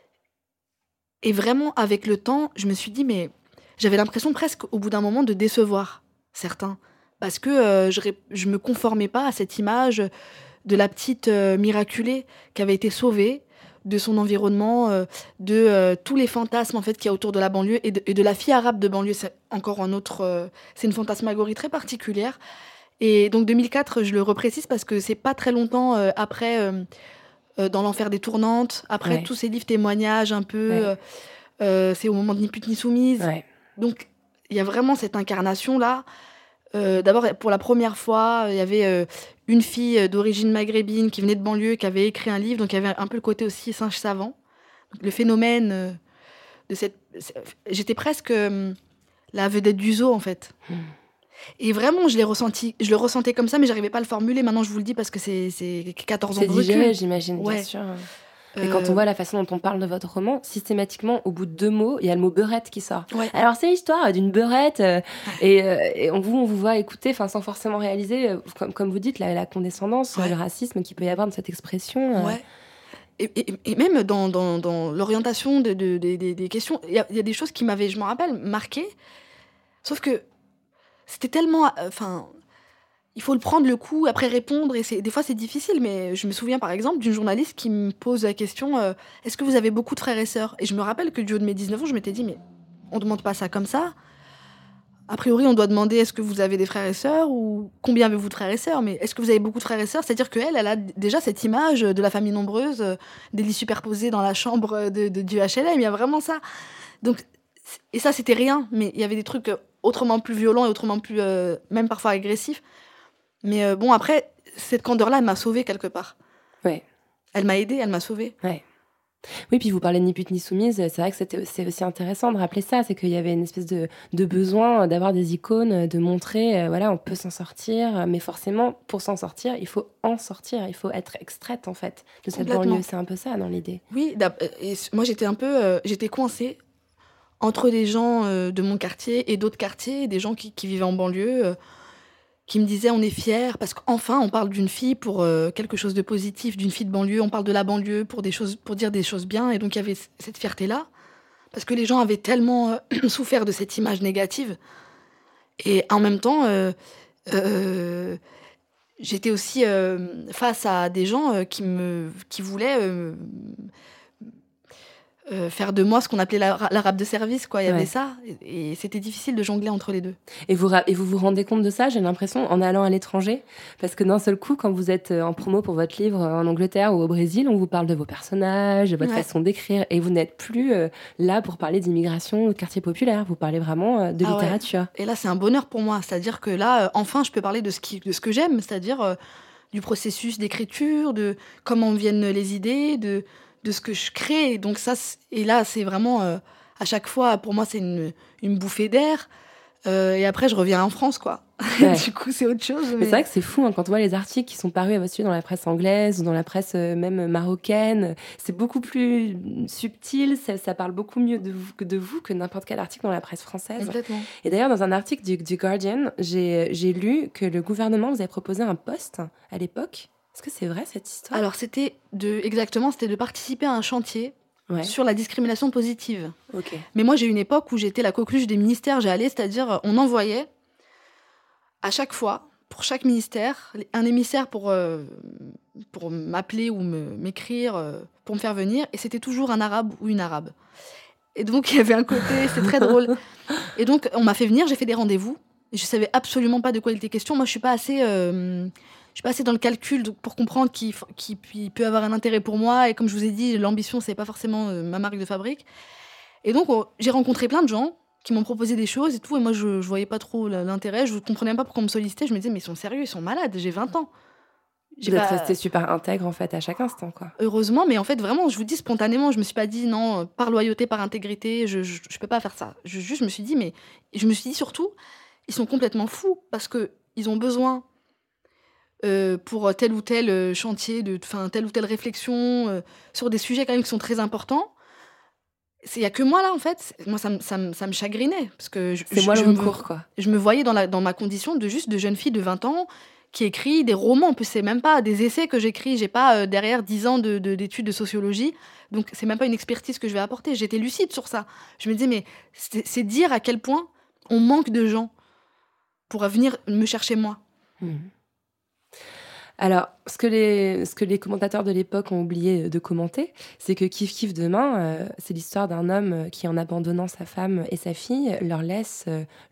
Speaker 7: Et vraiment, avec le temps, je me suis dit, mais j'avais l'impression presque, au bout d'un moment, de décevoir certains. Parce que je me conformais pas à cette image de la petite miraculée qui avait été sauvée de son environnement, de tous les fantasmes en fait qu'il y a autour de la banlieue et de la fille arabe de banlieue. C'est encore un autre... c'est une fantasmagorie très particulière. Et donc 2004, je le reprécise parce que c'est pas très longtemps après Dans l'enfer des tournantes, après tous ces livres témoignages un peu, c'est au moment de Ni pute ni soumise. Ouais. Donc il y a vraiment cette incarnation-là. D'abord, pour la première fois, il y avait une fille d'origine maghrébine qui venait de banlieue, qui avait écrit un livre, donc il y avait un peu le côté aussi singe savant. Donc, le phénomène de cette... J'étais presque la vedette du zoo, en fait. Et vraiment, je le ressentais comme ça, mais j'arrivais pas à le formuler. Maintenant, je vous le dis parce que c'est 14 ans de recul.
Speaker 1: C'est digéré, j'imagine, bien sûr. Et quand on voit la façon dont on parle de votre roman, systématiquement, au bout de 2 mots, il y a le mot beurette qui sort. Ouais. Alors, c'est l'histoire d'une beurette, et on vous voit écouter, sans forcément réaliser, comme vous dites, la condescendance, le racisme qu'il peut y avoir dans cette expression.
Speaker 7: Ouais. Et même dans l'orientation des questions, il y a des choses qui m'avaient, je m'en rappelle, marqué. Sauf que c'était tellement... il faut le prendre le coup, après répondre, et des fois c'est difficile, mais je me souviens par exemple d'une journaliste qui me pose la question est-ce que vous avez beaucoup de frères et sœurs ? Et je me rappelle que du haut de mes 19 ans, je m'étais dit mais on demande pas ça comme ça. A priori, on doit demander est-ce que vous avez des frères et sœurs ou combien avez-vous de frères et sœurs ? Mais est-ce que vous avez beaucoup de frères et sœurs ? C'est-à-dire qu'elle a déjà cette image de la famille nombreuse, des lits superposés dans la chambre du HLM, il y a vraiment ça. Donc, et ça, c'était rien, mais il y avait des trucs autrement plus violents et autrement plus, même parfois agressifs. Mais bon, après, cette candeur-là, elle m'a sauvée quelque part.
Speaker 1: Ouais.
Speaker 7: Elle m'a aidée, elle m'a sauvée.
Speaker 1: Ouais. Oui, puis vous parlez de Ni pute ni soumise, c'est vrai que c'est aussi intéressant de rappeler ça, c'est qu'il y avait une espèce de besoin d'avoir des icônes, de montrer, on peut s'en sortir, mais forcément, pour s'en sortir, il faut en sortir, il faut être extraite, en fait, de cette banlieue. C'est un peu ça, dans l'idée.
Speaker 7: Oui, et moi, j'étais coincée entre des gens de mon quartier et d'autres quartiers, des gens qui vivaient en banlieue, qui me disaient on est fiers parce qu'enfin on parle d'une fille pour quelque chose de positif, d'une fille de banlieue, on parle de la banlieue pour dire des choses bien, et donc il y avait cette fierté-là parce que les gens avaient tellement souffert de cette image négative, et en même temps j'étais aussi face à des gens qui voulaient faire de moi ce qu'on appelait l'arabe de service, quoi. Il y avait ça, et c'était difficile de jongler entre les deux.
Speaker 1: Et vous rendez compte de ça, j'ai l'impression, en allant à l'étranger, parce que d'un seul coup, quand vous êtes en promo pour votre livre en Angleterre ou au Brésil, on vous parle de vos personnages, de votre façon d'écrire, et vous n'êtes plus là pour parler d'immigration, de quartier populaire, vous parlez vraiment de littérature.
Speaker 7: Ouais. Et là, c'est un bonheur pour moi, c'est-à-dire que là, enfin, je peux parler de ce que j'aime, c'est-à-dire du processus d'écriture, de comment viennent les idées, de ce que je crée. Donc ça, et là, c'est vraiment, à chaque fois, pour moi, c'est une bouffée d'air. Et après, je reviens en France, quoi.
Speaker 1: Ouais.
Speaker 7: Du coup, c'est autre chose.
Speaker 1: Mais
Speaker 7: Mais
Speaker 1: c'est vrai que c'est fou quand on voit les articles qui sont parus à votre sujet dans la presse anglaise ou dans la presse même marocaine. C'est beaucoup plus subtil, ça parle beaucoup mieux de vous que n'importe quel article dans la presse française.
Speaker 7: Complètement.
Speaker 1: Et d'ailleurs, dans un article du Guardian, j'ai lu que le gouvernement vous avait proposé un poste à l'époque. Est-ce que c'est vrai cette histoire ?
Speaker 7: Alors, c'était de participer à un chantier sur la discrimination positive.
Speaker 1: Ok.
Speaker 7: Mais moi, j'ai eu une époque où j'étais la coqueluche des ministères. C'est-à-dire, on envoyait à chaque fois, pour chaque ministère, un émissaire pour m'appeler ou m'écrire, pour me faire venir. Et c'était toujours un arabe ou une arabe. Et donc, il y avait un côté, c'est très drôle. Et donc, on m'a fait venir, j'ai fait des rendez-vous. Et je savais absolument pas de quoi il était question. Moi, je suis pas assez dans le calcul pour comprendre qu'il peut avoir un intérêt pour moi. Et comme je vous ai dit, l'ambition, c'est pas forcément ma marque de fabrique. Et donc, j'ai rencontré plein de gens qui m'ont proposé des choses et tout. Et moi, je voyais pas trop l'intérêt. Je ne comprenais même pas pourquoi on me sollicitait. Je me disais, mais ils sont sérieux, ils sont malades. J'ai 20 ans.
Speaker 1: Vous êtes resté super intègre, en fait, à chaque instant, quoi.
Speaker 7: Heureusement, mais en fait, vraiment, je vous dis spontanément, je me suis pas dit, non, par loyauté, par intégrité, je peux pas faire ça. Je me suis dit, mais... Je me suis dit surtout, ils sont complètement fous parce qu'ils ont besoin... pour tel ou tel chantier, telle ou telle réflexion sur des sujets quand même qui sont très importants. Il n'y a que moi là en fait. Moi ça me chagrinait parce que je me voyais dans ma condition de jeune fille de 20 ans qui écrit des romans. En plus c'est même pas des essais que j'écris. J'ai pas derrière 10 ans d'études de sociologie. Donc c'est même pas une expertise que je vais apporter. J'étais lucide sur ça. Je me disais mais c'est dire à quel point on manque de gens pour venir me chercher moi.
Speaker 1: Alors, ce que les commentateurs de l'époque ont oublié de commenter, c'est que Kif Kif Demain, c'est l'histoire d'un homme qui, en abandonnant sa femme et sa fille, leur laisse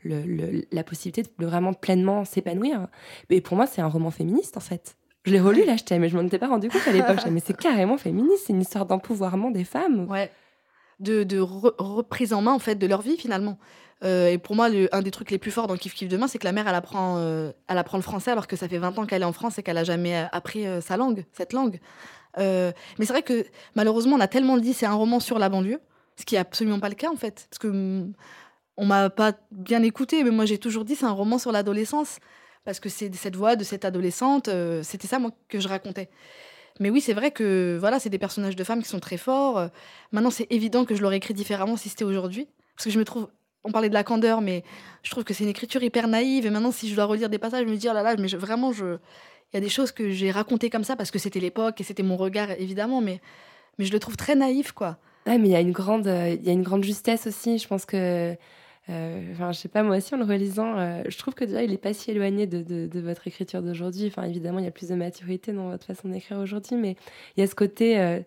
Speaker 1: la possibilité de vraiment pleinement s'épanouir. Et pour moi, c'est un roman féministe, en fait. Je l'ai relu, là, mais je m'en étais pas rendu compte à l'époque. Mais c'est carrément féministe, c'est une histoire d'empouvoirment des femmes.
Speaker 7: Ouais, de reprise en main, en fait, de leur vie, finalement. Et pour moi, un des trucs les plus forts dans Kif Kif Demain, c'est que la mère, elle apprend le français alors que ça fait 20 ans qu'elle est en France et qu'elle n'a jamais appris cette langue. Mais c'est vrai que malheureusement, on a tellement dit c'est un roman sur la banlieue, ce qui n'est absolument pas le cas en fait. Parce qu'on ne m'a pas bien écouté, mais moi j'ai toujours dit c'est un roman sur l'adolescence. Parce que c'est cette voix de cette adolescente, c'était ça moi que je racontais. Mais oui, c'est vrai que voilà, c'est des personnages de femmes qui sont très forts. Maintenant, c'est évident que je l'aurais écrit différemment si c'était aujourd'hui. Parce que je me trouve... On parlait de la candeur, mais je trouve que c'est une écriture hyper naïve. Et maintenant, si je dois relire des passages, je me dis, oh là là, mais il y a des choses que j'ai racontées comme ça parce que c'était l'époque et c'était mon regard, évidemment. Mais je le trouve très naïf, quoi.
Speaker 1: Ouais, mais il y a une grande justesse aussi. Je pense que... je sais pas, moi aussi, en le relisant, je trouve que déjà, il est pas si éloigné de votre écriture d'aujourd'hui. Enfin, évidemment, il y a plus de maturité dans votre façon d'écrire aujourd'hui, mais il y a ce côté...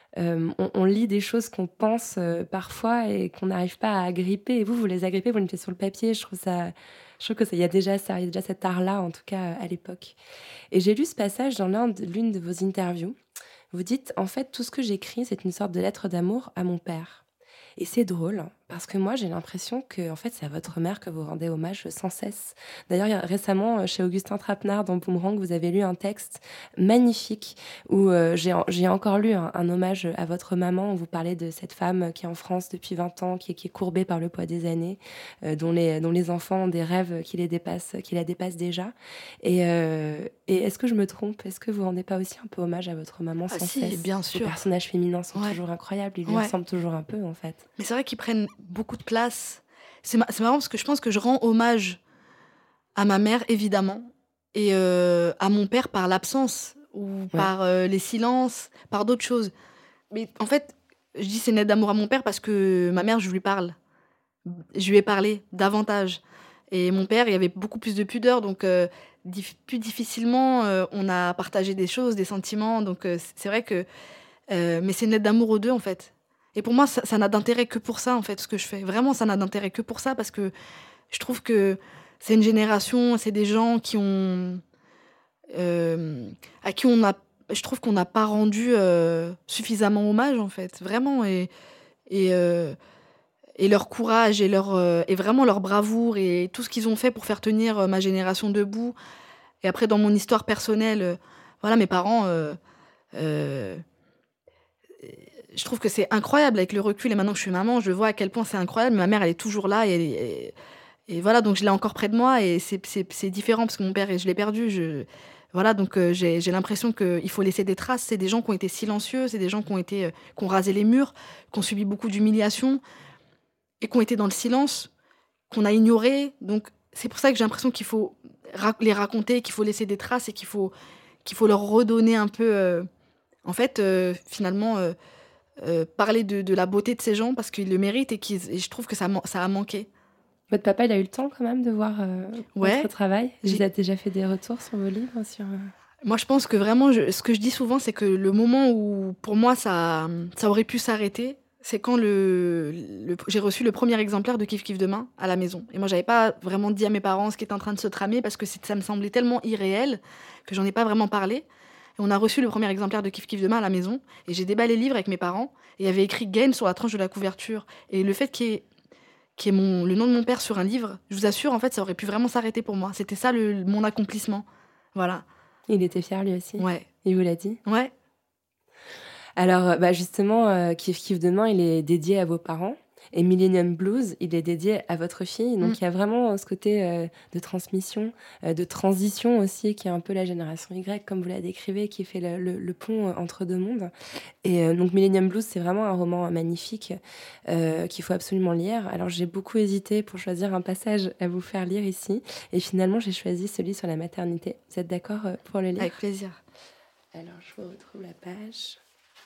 Speaker 1: on lit des choses qu'on pense parfois et qu'on n'arrive pas à agripper. Et vous les agrippez, vous les mettez sur le papier. Je trouve que il y a déjà cet art-là, en tout cas à l'époque. Et j'ai lu ce passage dans l'une de vos interviews. Vous dites, en fait, tout ce que j'écris, c'est une sorte de lettre d'amour à mon père. Et c'est drôle, parce que moi, j'ai l'impression que en fait, c'est à votre mère que vous rendez hommage sans cesse. D'ailleurs, récemment, chez Augustin Trapenard, dans Boomerang, vous avez lu un texte magnifique où j'ai encore lu un hommage à votre maman, où vous parlez de cette femme qui est en France depuis 20 ans, qui est courbée par le poids des années, dont les enfants ont des rêves qui la dépassent déjà. Et est-ce que je me trompe ? Est-ce que vous rendez pas aussi un peu hommage à votre maman sans cesse ?
Speaker 7: Bien sûr.
Speaker 1: Les personnages féminins sont toujours incroyables, ils lui ressemblent toujours un peu, en fait.
Speaker 7: Mais c'est vrai qu'ils prennent beaucoup de place. C'est marrant parce que je pense que je rends hommage à ma mère, évidemment, et à mon père par l'absence ou par les silences, par d'autres choses. Mais en fait, je dis c'est une lettre d'amour à mon père parce que ma mère, je lui parle. Je lui ai parlé davantage. Et mon père, il y avait beaucoup plus de pudeur, donc plus difficilement on a partagé des choses, des sentiments. Donc c'est vrai que... mais c'est une lettre d'amour aux deux, en fait. Et pour moi, ça n'a d'intérêt que pour ça, en fait, ce que je fais. Vraiment, ça n'a d'intérêt que pour ça, parce que je trouve que c'est une génération, c'est des gens qui ont... à qui je trouve qu'on n'a pas rendu suffisamment hommage, en fait. Vraiment. Et leur courage, et vraiment leur bravoure, et tout ce qu'ils ont fait pour faire tenir ma génération debout. Et après, dans mon histoire personnelle, voilà, mes parents... je trouve que c'est incroyable avec le recul, et maintenant que je suis maman, je vois à quel point c'est incroyable. Ma mère, elle est toujours là, et Et voilà, donc je l'ai encore près de moi et c'est différent parce que mon père, je l'ai perdu. Voilà, donc j'ai l'impression qu'il faut laisser des traces. C'est des gens qui ont été silencieux, c'est des gens qui ont rasé les murs, qui ont subi beaucoup d'humiliations et qui ont été dans le silence, qu'on a ignoré. Donc c'est pour ça que j'ai l'impression qu'il faut les raconter, qu'il faut laisser des traces et qu'il faut leur redonner un peu... finalement, parler de la beauté de ces gens parce qu'ils le méritent et je trouve que ça a manqué.
Speaker 1: Votre papa, il a eu le temps quand même de voir votre travail.
Speaker 7: J'ai
Speaker 1: Il a déjà fait des retours sur vos livres
Speaker 7: Moi, je pense que vraiment, ce que je dis souvent, c'est que le moment où, pour moi, ça aurait pu s'arrêter, c'est quand j'ai reçu le premier exemplaire de Kif Kif Demain à la maison. Et moi, j'avais pas vraiment dit à mes parents ce qui était en train de se tramer parce que ça me semblait tellement irréel que j'en ai pas vraiment parlé. Et on a reçu le premier exemplaire de Kif Kif Demain à la maison et j'ai déballé le livre avec mes parents et il y avait écrit Gain sur la tranche de la couverture. Et le fait qu'il y ait le nom de mon père sur un livre, je vous assure, en fait, ça aurait pu vraiment s'arrêter pour moi. C'était ça mon accomplissement. Voilà.
Speaker 1: Il était fier lui aussi.
Speaker 7: Ouais.
Speaker 1: Il vous l'a dit.
Speaker 7: Ouais.
Speaker 1: Alors, justement, Kif Kif Demain, il est dédié à vos parents. Et Millennium Blues, il est dédié à votre fille. Donc, il y a vraiment ce côté de transmission, de transition aussi, qui est un peu la génération Y, comme vous la décrivez, qui fait le pont entre deux mondes. Et donc, Millennium Blues, c'est vraiment un roman magnifique qu'il faut absolument lire. Alors, j'ai beaucoup hésité pour choisir un passage à vous faire lire ici. Et finalement, j'ai choisi celui sur la maternité. Vous êtes d'accord pour le lire ?
Speaker 7: Avec plaisir.
Speaker 1: Alors, je vous retrouve la page.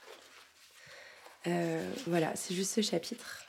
Speaker 1: Voilà, c'est juste ce chapitre.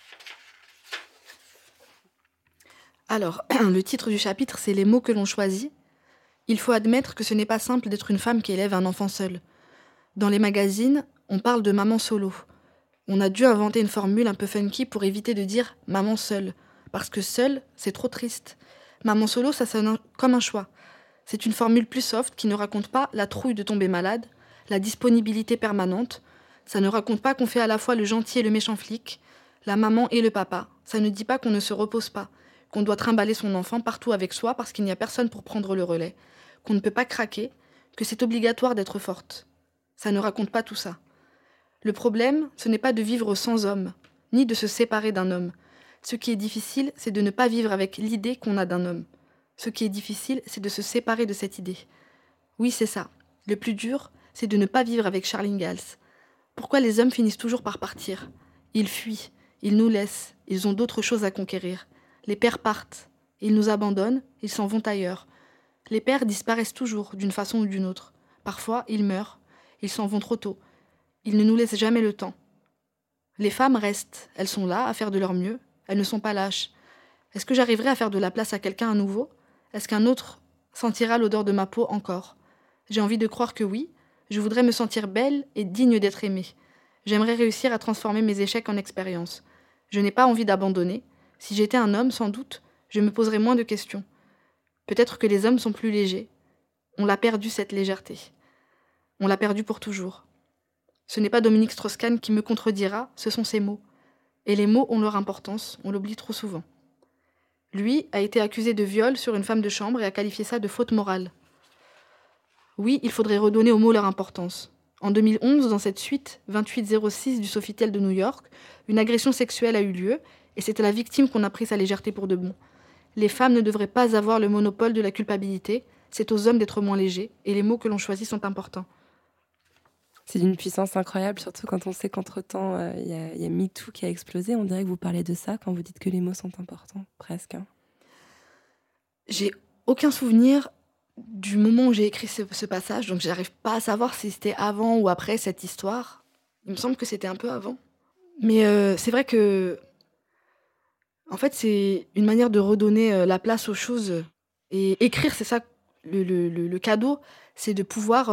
Speaker 7: Alors, le titre du chapitre, c'est « Les mots que l'on choisit ». Il faut admettre que ce n'est pas simple d'être une femme qui élève un enfant seul. Dans les magazines, on parle de maman solo. On a dû inventer une formule un peu funky pour éviter de dire « maman seule », parce que seule, c'est trop triste. Maman solo, ça sonne comme un choix. C'est une formule plus soft qui ne raconte pas la trouille de tomber malade, la disponibilité permanente. Ça ne raconte pas qu'on fait à la fois le gentil et le méchant flic, la maman et le papa. Ça ne dit pas qu'on ne se repose pas, qu'on doit trimballer son enfant partout avec soi parce qu'il n'y a personne pour prendre le relais, qu'on ne peut pas craquer, que c'est obligatoire d'être forte. Ça ne raconte pas tout ça. Le problème, ce n'est pas de vivre sans homme, ni de se séparer d'un homme. Ce qui est difficile, c'est de ne pas vivre avec l'idée qu'on a d'un homme. Ce qui est difficile, c'est de se séparer de cette idée. Oui, c'est ça. Le plus dur, c'est de ne pas vivre avec Charles Ingalls. Pourquoi les hommes finissent toujours par partir ? Ils fuient, ils nous laissent, ils ont d'autres choses à conquérir. Les pères partent, ils nous abandonnent, ils s'en vont ailleurs. Les pères disparaissent toujours, d'une façon ou d'une autre. Parfois, ils meurent, ils s'en vont trop tôt. Ils ne nous laissent jamais le temps. Les femmes restent, elles sont là, à faire de leur mieux, elles ne sont pas lâches. Est-ce que j'arriverai à faire de la place à quelqu'un à nouveau ? Est-ce qu'un autre sentira l'odeur de ma peau encore ? J'ai envie de croire que oui, je voudrais me sentir belle et digne d'être aimée. J'aimerais réussir à transformer mes échecs en expérience. Je n'ai pas envie d'abandonner. Si j'étais un homme, sans doute, je me poserais moins de questions. Peut-être que les hommes sont plus légers. On l'a perdu, cette légèreté. On l'a perdu pour toujours. Ce n'est pas Dominique Strauss-Kahn qui me contredira, ce sont ses mots. Et les mots ont leur importance, on l'oublie trop souvent. Lui a été accusé de viol sur une femme de chambre et a qualifié ça de faute morale. Oui, il faudrait redonner aux mots leur importance. En 2011, dans cette suite 2806 du Sofitel de New York, une agression sexuelle a eu lieu et c'est à la victime qu'on a pris sa légèreté pour de bon. Les femmes ne devraient pas avoir le monopole de la culpabilité, c'est aux hommes d'être moins légers et les mots que l'on choisit sont importants.
Speaker 1: C'est d'une puissance incroyable, surtout quand on sait qu'entre-temps, il y a MeToo qui a explosé. On dirait que vous parlez de ça quand vous dites que les mots sont importants, presque.
Speaker 7: J'ai aucun souvenir du moment où j'ai écrit ce passage, donc j'arrive pas à savoir si c'était avant ou après cette histoire. Il me semble que c'était un peu avant. Mais c'est vrai que, en fait, c'est une manière de redonner la place aux choses. Et écrire, c'est ça, le cadeau, c'est de pouvoir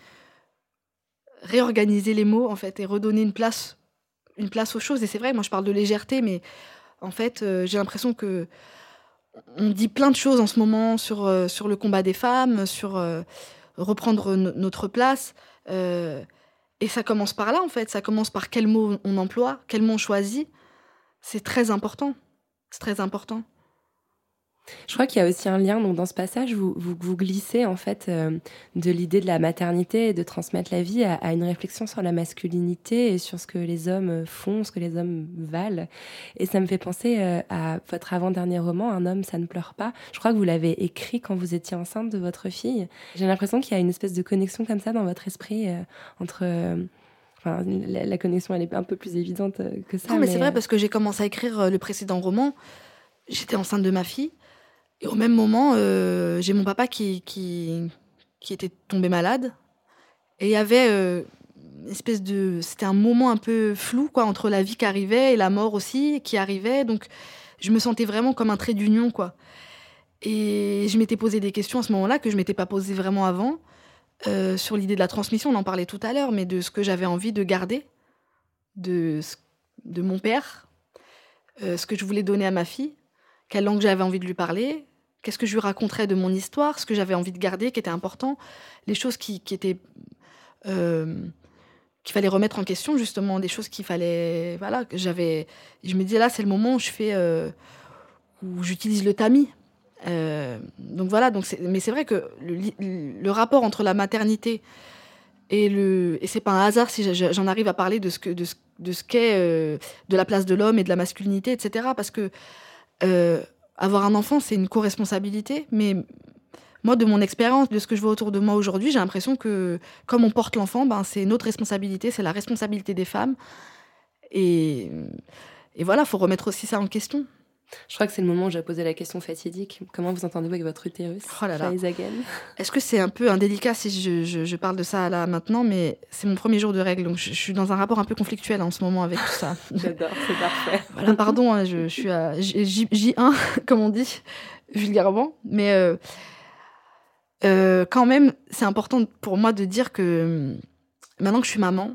Speaker 7: réorganiser les mots, en fait, et redonner une place aux choses. Et c'est vrai, moi je parle de légèreté, mais en fait, j'ai l'impression que on dit plein de choses en ce moment sur le combat des femmes, sur reprendre notre place. Et ça commence par là, en fait. Ça commence par quels mots on emploie, quels mots on choisit. C'est très important. C'est très important.
Speaker 1: Je crois qu'il y a aussi un lien, donc dans ce passage, vous glissez en fait de l'idée de la maternité et de transmettre la vie à une réflexion sur la masculinité et sur ce que les hommes font, ce que les hommes valent. Et ça me fait penser à votre avant-dernier roman, Un homme, ça ne pleure pas. Je crois que vous l'avez écrit quand vous étiez enceinte de votre fille. J'ai l'impression qu'il y a une espèce de connexion comme ça dans votre esprit entre... Enfin, la connexion, elle est un peu plus évidente que ça.
Speaker 7: Non, mais c'est vrai, parce que j'ai commencé à écrire le précédent roman. J'étais enceinte de ma fille. Et au même moment, j'ai mon papa qui était tombé malade. Et il y avait une espèce de... C'était un moment un peu flou, quoi, entre la vie qui arrivait et la mort aussi qui arrivait. Donc, je me sentais vraiment comme un trait d'union, quoi. Et je m'étais posé des questions à ce moment-là que je ne m'étais pas posé vraiment avant. Sur l'idée de la transmission, on en parlait tout à l'heure, mais de ce que j'avais envie de garder de mon père, ce que je voulais donner à ma fille, quelle langue j'avais envie de lui parler, qu'est-ce que je lui raconterais de mon histoire, ce que j'avais envie de garder, qui était important, les choses qui étaient... qu'il fallait remettre en question, justement, des choses qu'il fallait... Voilà, je me disais, là, c'est le moment où j'utilise le tamis. Donc voilà, mais c'est vrai que le rapport entre la maternité et c'est pas un hasard si j'en arrive à parler de ce qu'est de la place de l'homme et de la masculinité, etc. Parce que avoir un enfant, c'est une co-responsabilité, mais moi, de mon expérience, de ce que je vois autour de moi aujourd'hui, j'ai l'impression que comme on porte l'enfant, c'est notre responsabilité, c'est la responsabilité des femmes, et voilà, faut remettre aussi ça en question.
Speaker 1: Je crois que c'est le moment où j'ai posé la question fatidique. Comment vous entendez-vous avec votre utérus?
Speaker 7: Oh là là.
Speaker 1: Again.
Speaker 7: Est-ce que c'est un peu indélicat si je parle de ça là maintenant, mais c'est mon premier jour de règles, donc je suis dans un rapport un peu conflictuel en ce moment avec tout ça.
Speaker 1: J'adore, c'est parfait.
Speaker 7: Voilà, pardon, je suis à J1, comme on dit, vulgairement, mais quand même, c'est important pour moi de dire que maintenant que je suis maman,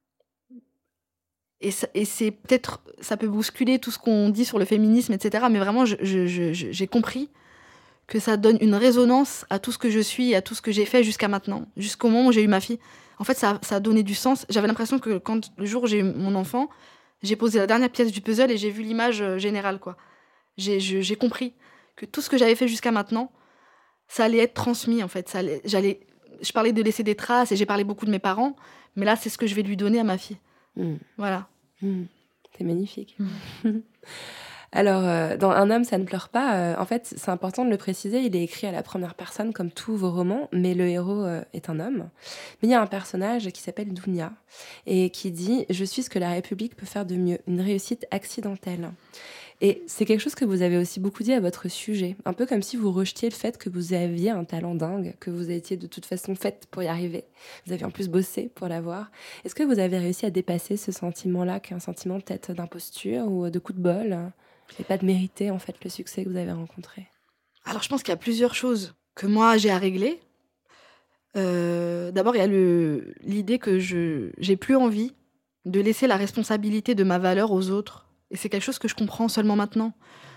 Speaker 7: et c'est peut-être, ça peut bousculer tout ce qu'on dit sur le féminisme, etc. Mais vraiment, j'ai compris que ça donne une résonance à tout ce que je suis, à tout ce que j'ai fait jusqu'à maintenant, jusqu'au moment où j'ai eu ma fille. En fait, ça a donné du sens. J'avais l'impression que le jour où j'ai eu mon enfant, j'ai posé la dernière pièce du puzzle et j'ai vu l'image générale, quoi. J'ai compris que tout ce que j'avais fait jusqu'à maintenant, ça allait être transmis, en fait. Je parlais de laisser des traces et j'ai parlé beaucoup de mes parents, mais là, c'est ce que je vais lui donner à ma fille. Voilà.
Speaker 1: C'est magnifique. Alors, dans Un homme, ça ne pleure pas, en fait, c'est important de le préciser, il est écrit à la première personne comme tous vos romans, mais le héros est un homme. Mais il y a un personnage qui s'appelle Dounia et qui dit « Je suis ce que la République peut faire de mieux, une réussite accidentelle ». Et c'est quelque chose que vous avez aussi beaucoup dit à votre sujet, un peu comme si vous rejetiez le fait que vous aviez un talent dingue, que vous étiez de toute façon faite pour y arriver. Vous avez en plus bossé pour l'avoir. Est-ce que vous avez réussi à dépasser ce sentiment-là, qui est un sentiment peut-être d'imposture ou de coup de bol, et pas de mériter en fait le succès que vous avez rencontré?
Speaker 7: Alors je pense qu'il y a plusieurs choses que moi j'ai à régler. D'abord, il y a l'idée que j'ai plus envie de laisser la responsabilité de ma valeur aux autres. Et c'est quelque chose que je comprends seulement maintenant.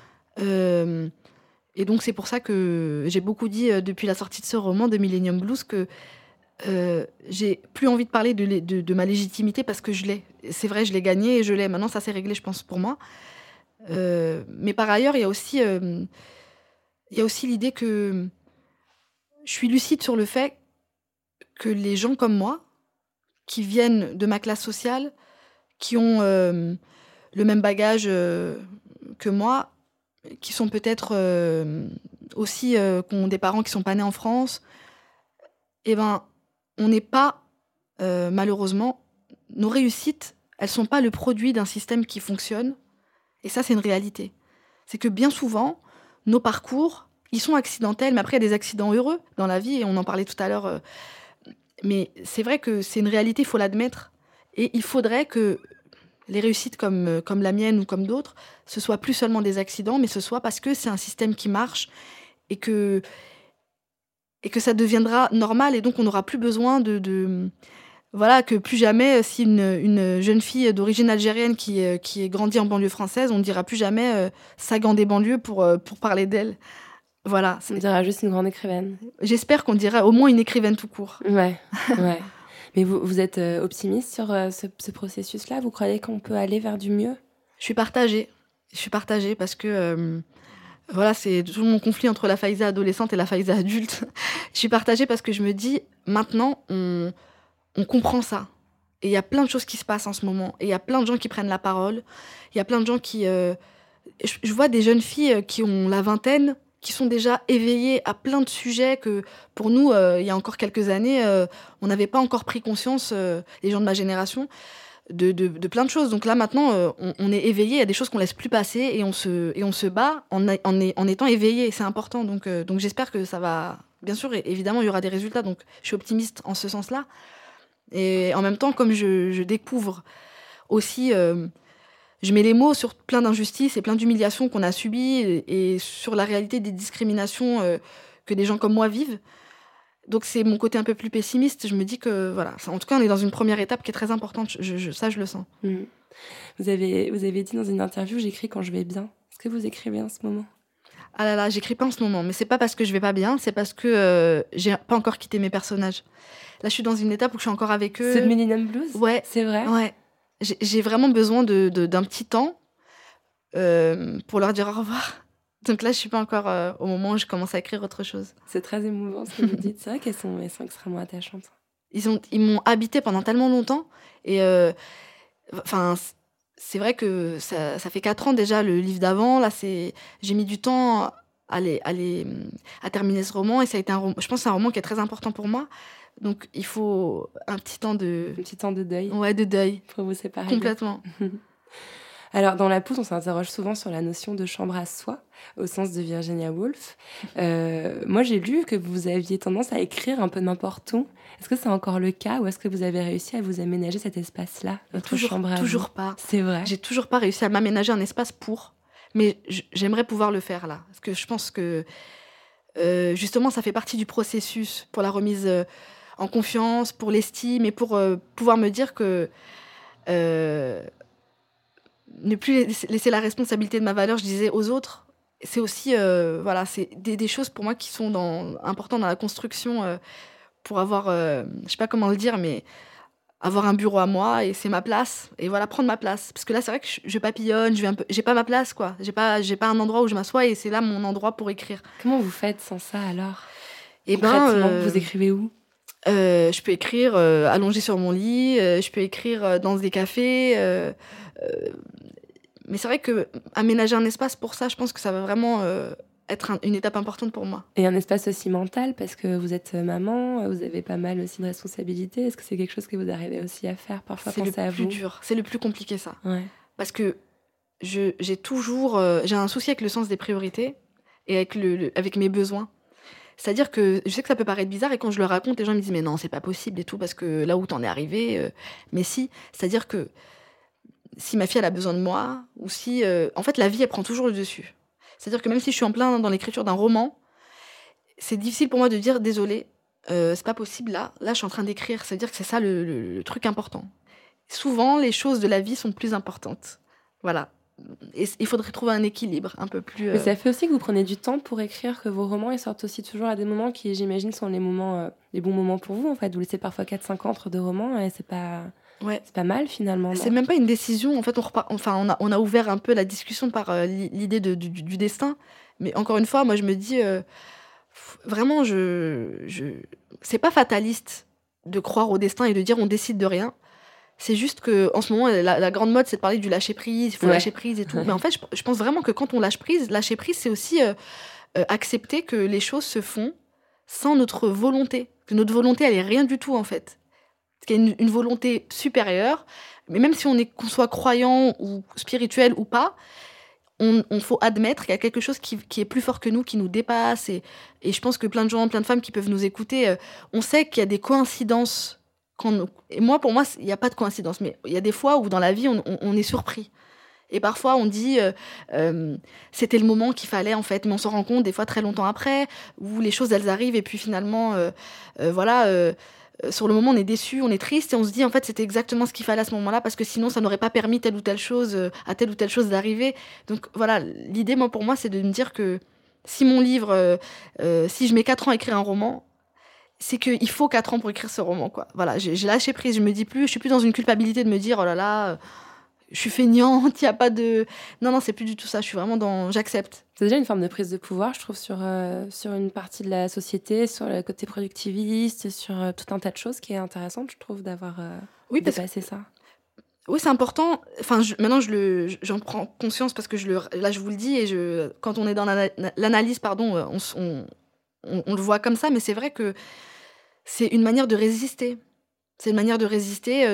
Speaker 7: Et donc, c'est pour ça que j'ai beaucoup dit depuis la sortie de ce roman de Millennium Blues que j'ai plus envie de parler de ma légitimité parce que je l'ai. C'est vrai, je l'ai gagnée et je l'ai. Maintenant, ça s'est réglé, je pense, pour moi. Mais par ailleurs, il y a aussi l'idée que je suis lucide sur le fait que les gens comme moi, qui viennent de ma classe sociale, qui ont le même bagage que moi, qui sont peut-être aussi, qui ont des parents qui sont pas nés en France, eh ben, on n'est pas, malheureusement, nos réussites, elles sont pas le produit d'un système qui fonctionne. Et ça, c'est une réalité. C'est que bien souvent, nos parcours, ils sont accidentels, mais après, il y a des accidents heureux dans la vie, et on en parlait tout à l'heure. Mais c'est vrai que c'est une réalité, il faut l'admettre. Et il faudrait que les réussites comme la mienne ou comme d'autres, ce soit plus seulement des accidents, mais ce soit parce que c'est un système qui marche et que ça deviendra normal et donc on n'aura plus besoin voilà, que plus jamais, si une jeune fille d'origine algérienne qui est grandie en banlieue française, on ne dira plus jamais Sagan des banlieues pour parler d'elle. Voilà.
Speaker 1: On dira juste une grande écrivaine.
Speaker 7: J'espère qu'on dira au moins une écrivaine tout court.
Speaker 1: Ouais. Mais vous êtes optimiste sur ce processus-là? Vous croyez qu'on peut aller vers du mieux?
Speaker 7: Je suis partagée parce que Voilà, c'est toujours mon conflit entre la Faiza adolescente et la Faiza adulte. Je suis partagée parce que je me dis, maintenant, on comprend ça. Et il y a plein de choses qui se passent en ce moment. Et il y a plein de gens qui prennent la parole. Il y a plein de gens qui... Je vois des jeunes filles qui ont la vingtaine, qui sont déjà éveillées à plein de sujets que, pour nous, il y a encore quelques années, on n'avait pas encore pris conscience, les gens de ma génération, de plein de choses. Donc là, maintenant, on est éveillés, il y a des choses qu'on laisse plus passer et on se bat en étant éveillés. C'est important. Donc j'espère que ça va... Bien sûr, évidemment, il y aura des résultats. Donc je suis optimiste en ce sens-là. Et en même temps, comme je découvre aussi... je mets les mots sur plein d'injustices et plein d'humiliations qu'on a subies et sur la réalité des discriminations que des gens comme moi vivent. Donc c'est mon côté un peu plus pessimiste. Je me dis que, voilà, en tout cas, on est dans une première étape qui est très importante. Ça, je le sens.
Speaker 1: Mmh. Vous avez dit dans une interview, j'écris quand je vais bien. Est-ce que vous écrivez en ce moment ?
Speaker 7: Ah là là, j'écris pas en ce moment. Mais c'est pas parce que je vais pas bien, c'est parce que j'ai pas encore quitté mes personnages. Là, je suis dans une étape où je suis encore avec eux.
Speaker 1: Ceux de Millennium Blues ?
Speaker 7: Ouais.
Speaker 1: C'est vrai ?
Speaker 7: Ouais. J'ai vraiment besoin d'un petit temps pour leur dire au revoir. Donc là, je suis pas encore au moment où je commence à écrire autre chose.
Speaker 1: C'est très émouvant ce que vous dites. C'est vrai qu'elles sont extrêmement attachantes.
Speaker 7: Ils m'ont habité pendant tellement longtemps. Et c'est vrai que ça fait 4 ans déjà, le livre d'avant. Là, j'ai mis du temps à terminer ce roman. Et ça a été je pense que c'est un roman qui est très important pour moi. Donc, il faut un petit temps de
Speaker 1: deuil.
Speaker 7: Ouais, de deuil.
Speaker 1: Pour vous séparer.
Speaker 7: Complètement.
Speaker 1: Alors, dans La Pousse, on s'interroge souvent sur la notion de chambre à soi, au sens de Virginia Woolf. Moi, j'ai lu que vous aviez tendance à écrire un peu n'importe où. Est-ce que c'est encore le cas ou est-ce que vous avez réussi à vous aménager cet espace-là, votre chambre à vous ?
Speaker 7: Toujours pas.
Speaker 1: C'est vrai.
Speaker 7: J'ai toujours pas réussi à m'aménager un espace pour. Mais j'aimerais pouvoir le faire, là. Parce que je pense que, justement, ça fait partie du processus pour la remise en confiance, pour l'estime et pour pouvoir me dire que... ne plus laisser la responsabilité de ma valeur, je disais, aux autres, c'est aussi c'est des choses pour moi qui sont importantes dans la construction pour avoir, je sais pas comment le dire, mais avoir un bureau à moi et c'est ma place et voilà, prendre ma place. Parce que là, c'est vrai que je papillonne, j'ai pas ma place, quoi. J'ai pas un endroit où je m'assois et c'est là mon endroit pour écrire.
Speaker 1: Comment vous faites sans ça alors ?
Speaker 7: Et
Speaker 1: vous écrivez où ?
Speaker 7: Je peux écrire allongée sur mon lit, je peux écrire dans des cafés. Mais c'est vrai que aménager un espace pour ça, je pense que ça va vraiment être une étape importante pour moi.
Speaker 1: Et un espace aussi mental, parce que vous êtes maman, vous avez pas mal aussi de responsabilités. Est-ce que c'est quelque chose que vous arrivez aussi à faire parfois ?
Speaker 7: C'est le plus dur, c'est le plus compliqué, ça.
Speaker 1: Ouais.
Speaker 7: Parce que j'ai un souci avec le sens des priorités et avec mes besoins. C'est-à-dire que je sais que ça peut paraître bizarre et quand je le raconte, les gens me disent mais non, c'est pas possible et tout parce que là où t'en es arrivé, mais si. C'est-à-dire que si ma fille elle a besoin de moi ou si en fait la vie elle prend toujours le dessus. C'est-à-dire que même si je suis en plein dans l'écriture d'un roman, c'est difficile pour moi de dire désolé, c'est pas possible là je suis en train d'écrire. C'est-à-dire que c'est ça le truc important. Souvent les choses de la vie sont plus importantes. Voilà. Et il faudrait trouver un équilibre un peu plus...
Speaker 1: Mais ça fait aussi que vous prenez du temps pour écrire, que vos romans ils sortent aussi toujours à des moments qui, j'imagine, sont les bons moments pour vous. En fait, vous laissez parfois 4-5 ans entre 2 romans et c'est pas mal finalement. Non ?
Speaker 7: C'est même pas une décision. En fait, on a ouvert un peu la discussion par l'idée du destin. Mais encore une fois, moi je me dis, vraiment, c'est pas fataliste de croire au destin et de dire on décide de rien. C'est juste qu'en ce moment, la grande mode, c'est de parler du lâcher-prise, il faut lâcher prise et tout. Mais en fait, je pense vraiment que quand on lâcher prise, c'est aussi accepter que les choses se font sans notre volonté. Que notre volonté, elle est rien du tout, en fait. Qu'il y a une volonté supérieure, mais même si qu'on soit croyant ou spirituel ou pas, on faut admettre qu'il y a quelque chose qui est plus fort que nous, qui nous dépasse. Et je pense que plein de gens, plein de femmes qui peuvent nous écouter, on sait qu'il y a des coïncidences. Et moi, pour moi, il n'y a pas de coïncidence. Mais il y a des fois où dans la vie, on est surpris. Et parfois, on dit c'était le moment qu'il fallait, en fait. Mais on s'en rend compte des fois très longtemps après, où les choses, elles arrivent. Et puis finalement, sur le moment, on est déçu, on est triste. Et on se dit, en fait, c'était exactement ce qu'il fallait à ce moment-là. Parce que sinon, ça n'aurait pas permis telle ou telle chose à telle ou telle chose d'arriver. Donc voilà, l'idée, pour moi, c'est de me dire que si mon livre, si je mets 4 ans à écrire un roman, c'est qu'il faut 4 ans pour écrire ce roman, quoi. Voilà, j'ai lâché prise, je suis plus dans une culpabilité de me dire, oh là là, je suis feignante, il y a pas de... Non, c'est plus du tout ça. Je suis vraiment dans... J'accepte.
Speaker 1: C'est déjà une forme de prise de pouvoir, je trouve, sur une partie de la société, sur le côté productiviste, sur tout un tas de choses qui est intéressante, je trouve, d'avoir dépassé ça.
Speaker 7: Oui, c'est important. Enfin, maintenant, j'en prends conscience parce que là, je vous le dis, et quand on est dans l'analyse, on le voit comme ça, mais c'est vrai que c'est une manière de résister. C'est une manière de résister,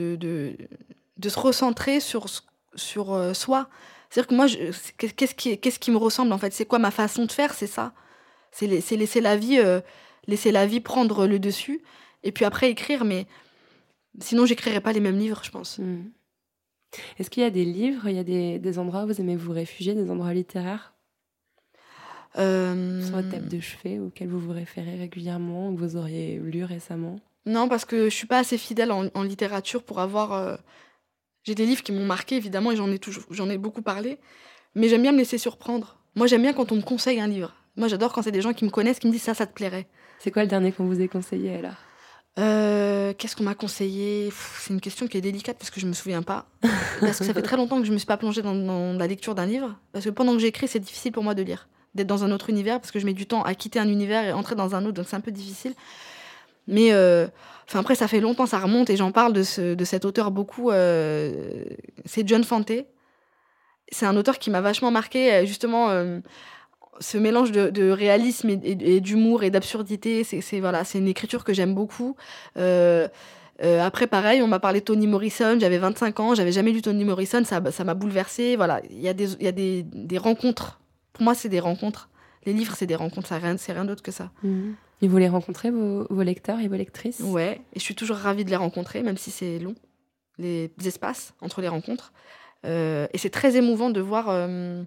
Speaker 7: de se recentrer sur soi. C'est-à-dire que moi, qu'est-ce qui me ressemble, en fait ? C'est quoi ma façon de faire ? C'est ça. C'est laisser la vie prendre le dessus, et puis après écrire, mais sinon, j'écrirais pas les mêmes livres, je pense.
Speaker 1: Est-ce qu'il y a des livres, il y a des endroits où vous aimez vous réfugier, des endroits littéraires sur votre table de chevet, auxquels vous vous référez régulièrement, ou que vous auriez lu récemment ?
Speaker 7: Non, parce que je suis pas assez fidèle en littérature pour avoir... J'ai des livres qui m'ont marqué, évidemment, et j'en ai beaucoup parlé, mais j'aime bien me laisser surprendre. Moi, j'aime bien quand on me conseille un livre. Moi, j'adore quand c'est des gens qui me connaissent, qui me disent ça te plairait.
Speaker 1: C'est quoi le dernier qu'on vous ait conseillé, alors ?
Speaker 7: Qu'est-ce qu'on m'a conseillé ? C'est une question qui est délicate parce que je me souviens pas. Parce que ça fait très longtemps que je me suis pas plongée dans la lecture d'un livre. Parce que pendant que j'écris, c'est difficile pour moi de lire. D'être dans un autre univers, parce que je mets du temps à quitter un univers et entrer dans un autre, donc c'est un peu difficile. Mais après, ça fait longtemps, ça remonte, et j'en parle de cet auteur beaucoup. C'est John Fante. C'est un auteur qui m'a vachement marqué, justement, ce mélange de réalisme et d'humour et d'absurdité. C'est une écriture que j'aime beaucoup. Après, pareil, on m'a parlé de Toni Morrison. J'avais 25 ans, j'avais jamais lu Toni Morrison, ça m'a bouleversée. Voilà, il y a des rencontres. Pour moi, c'est des rencontres. Les livres, c'est des rencontres, c'est rien d'autre que ça.
Speaker 1: Et vous les rencontrez, vos lecteurs et vos lectrices ?
Speaker 7: Ouais, et je suis toujours ravie de les rencontrer, même si c'est long, les espaces entre les rencontres. Et c'est très émouvant de voir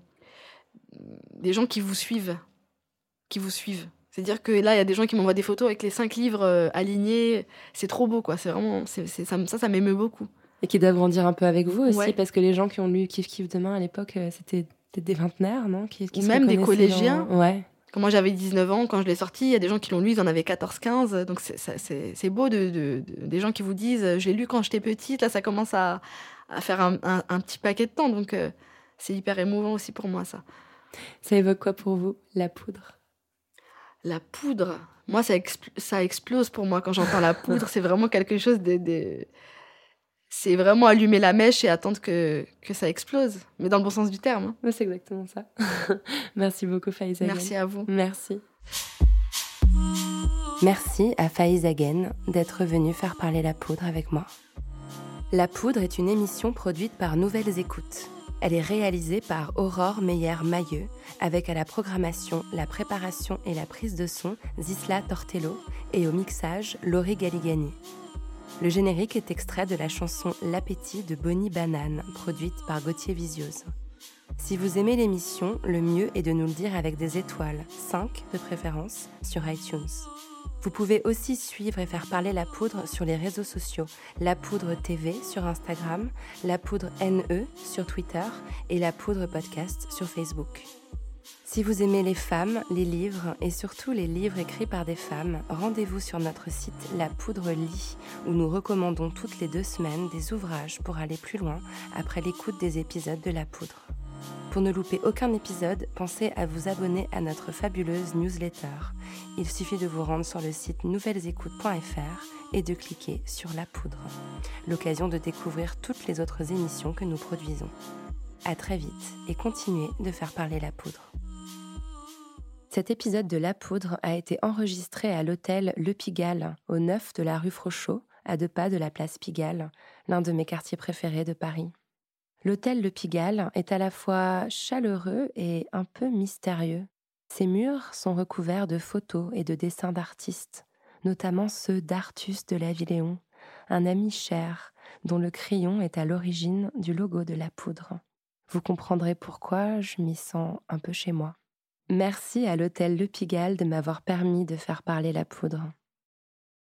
Speaker 7: des gens qui vous suivent. C'est-à-dire que là, il y a des gens qui m'envoient des photos avec les 5 livres alignés. C'est trop beau, quoi. C'est vraiment... ça m'émeut beaucoup.
Speaker 1: Et qui doivent grandir un peu avec vous aussi,
Speaker 7: ouais.
Speaker 1: Parce que les gens qui ont lu Kiff Kiff Demain à l'époque, c'était des vingtenaires, non ?
Speaker 7: Ou même des collégiens.
Speaker 1: Ouais.
Speaker 7: Quand moi j'avais 19 ans, quand je l'ai sorti, il y a des gens qui l'ont lu, ils en avaient 14-15. Donc c'est beau des gens qui vous disent « Je l'ai lu quand j'étais petite, là ça commence à faire un petit paquet de temps. » Donc c'est hyper émouvant aussi pour moi, ça.
Speaker 1: Ça évoque quoi pour vous, la poudre ?
Speaker 7: La poudre, moi ça explose pour moi quand j'entends la poudre. C'est vraiment quelque chose c'est vraiment allumer la mèche et attendre que ça explose, mais dans le bon sens du terme.
Speaker 1: Ouais, c'est exactement ça. Merci beaucoup, Faiz Agen.
Speaker 7: Merci à vous.
Speaker 1: Merci. Merci à Faiz Agen d'être venue faire parler la poudre avec moi. La poudre est une émission produite par Nouvelles Écoutes. Elle est réalisée par Aurore Meyer-Mailleux, avec à la programmation, la préparation et la prise de son Zisla Tortello et au mixage Laurie Galigani. Le générique est extrait de la chanson L'appétit de Bonnie Banane, produite par Gauthier Visiose. Si vous aimez l'émission, le mieux est de nous le dire avec des étoiles, 5 de préférence, sur iTunes. Vous pouvez aussi suivre et faire parler La Poudre sur les réseaux sociaux, La Poudre TV sur Instagram, La Poudre NE sur Twitter et La Poudre Podcast sur Facebook. Si vous aimez les femmes, les livres et surtout les livres écrits par des femmes, rendez-vous sur notre site La Poudre Lit, où nous recommandons toutes les 2 semaines des ouvrages pour aller plus loin après l'écoute des épisodes de La Poudre. Pour ne louper aucun épisode, pensez à vous abonner à notre fabuleuse newsletter. Il suffit de vous rendre sur le site nouvellesécoutes.fr et de cliquer sur La Poudre. L'occasion de découvrir toutes les autres émissions que nous produisons. À très vite et continuez de faire parler La Poudre. Cet épisode de La Poudre a été enregistré à l'hôtel Le Pigalle, au 9 de la rue Frochot, à 2 pas de la place Pigalle, l'un de mes quartiers préférés de Paris. L'hôtel Le Pigalle est à la fois chaleureux et un peu mystérieux. Ses murs sont recouverts de photos et de dessins d'artistes, notamment ceux d'Artus de La Villéon, un ami cher dont le crayon est à l'origine du logo de La Poudre. Vous comprendrez pourquoi je m'y sens un peu chez moi. Merci à l'hôtel Le Pigalle de m'avoir permis de faire parler La Poudre.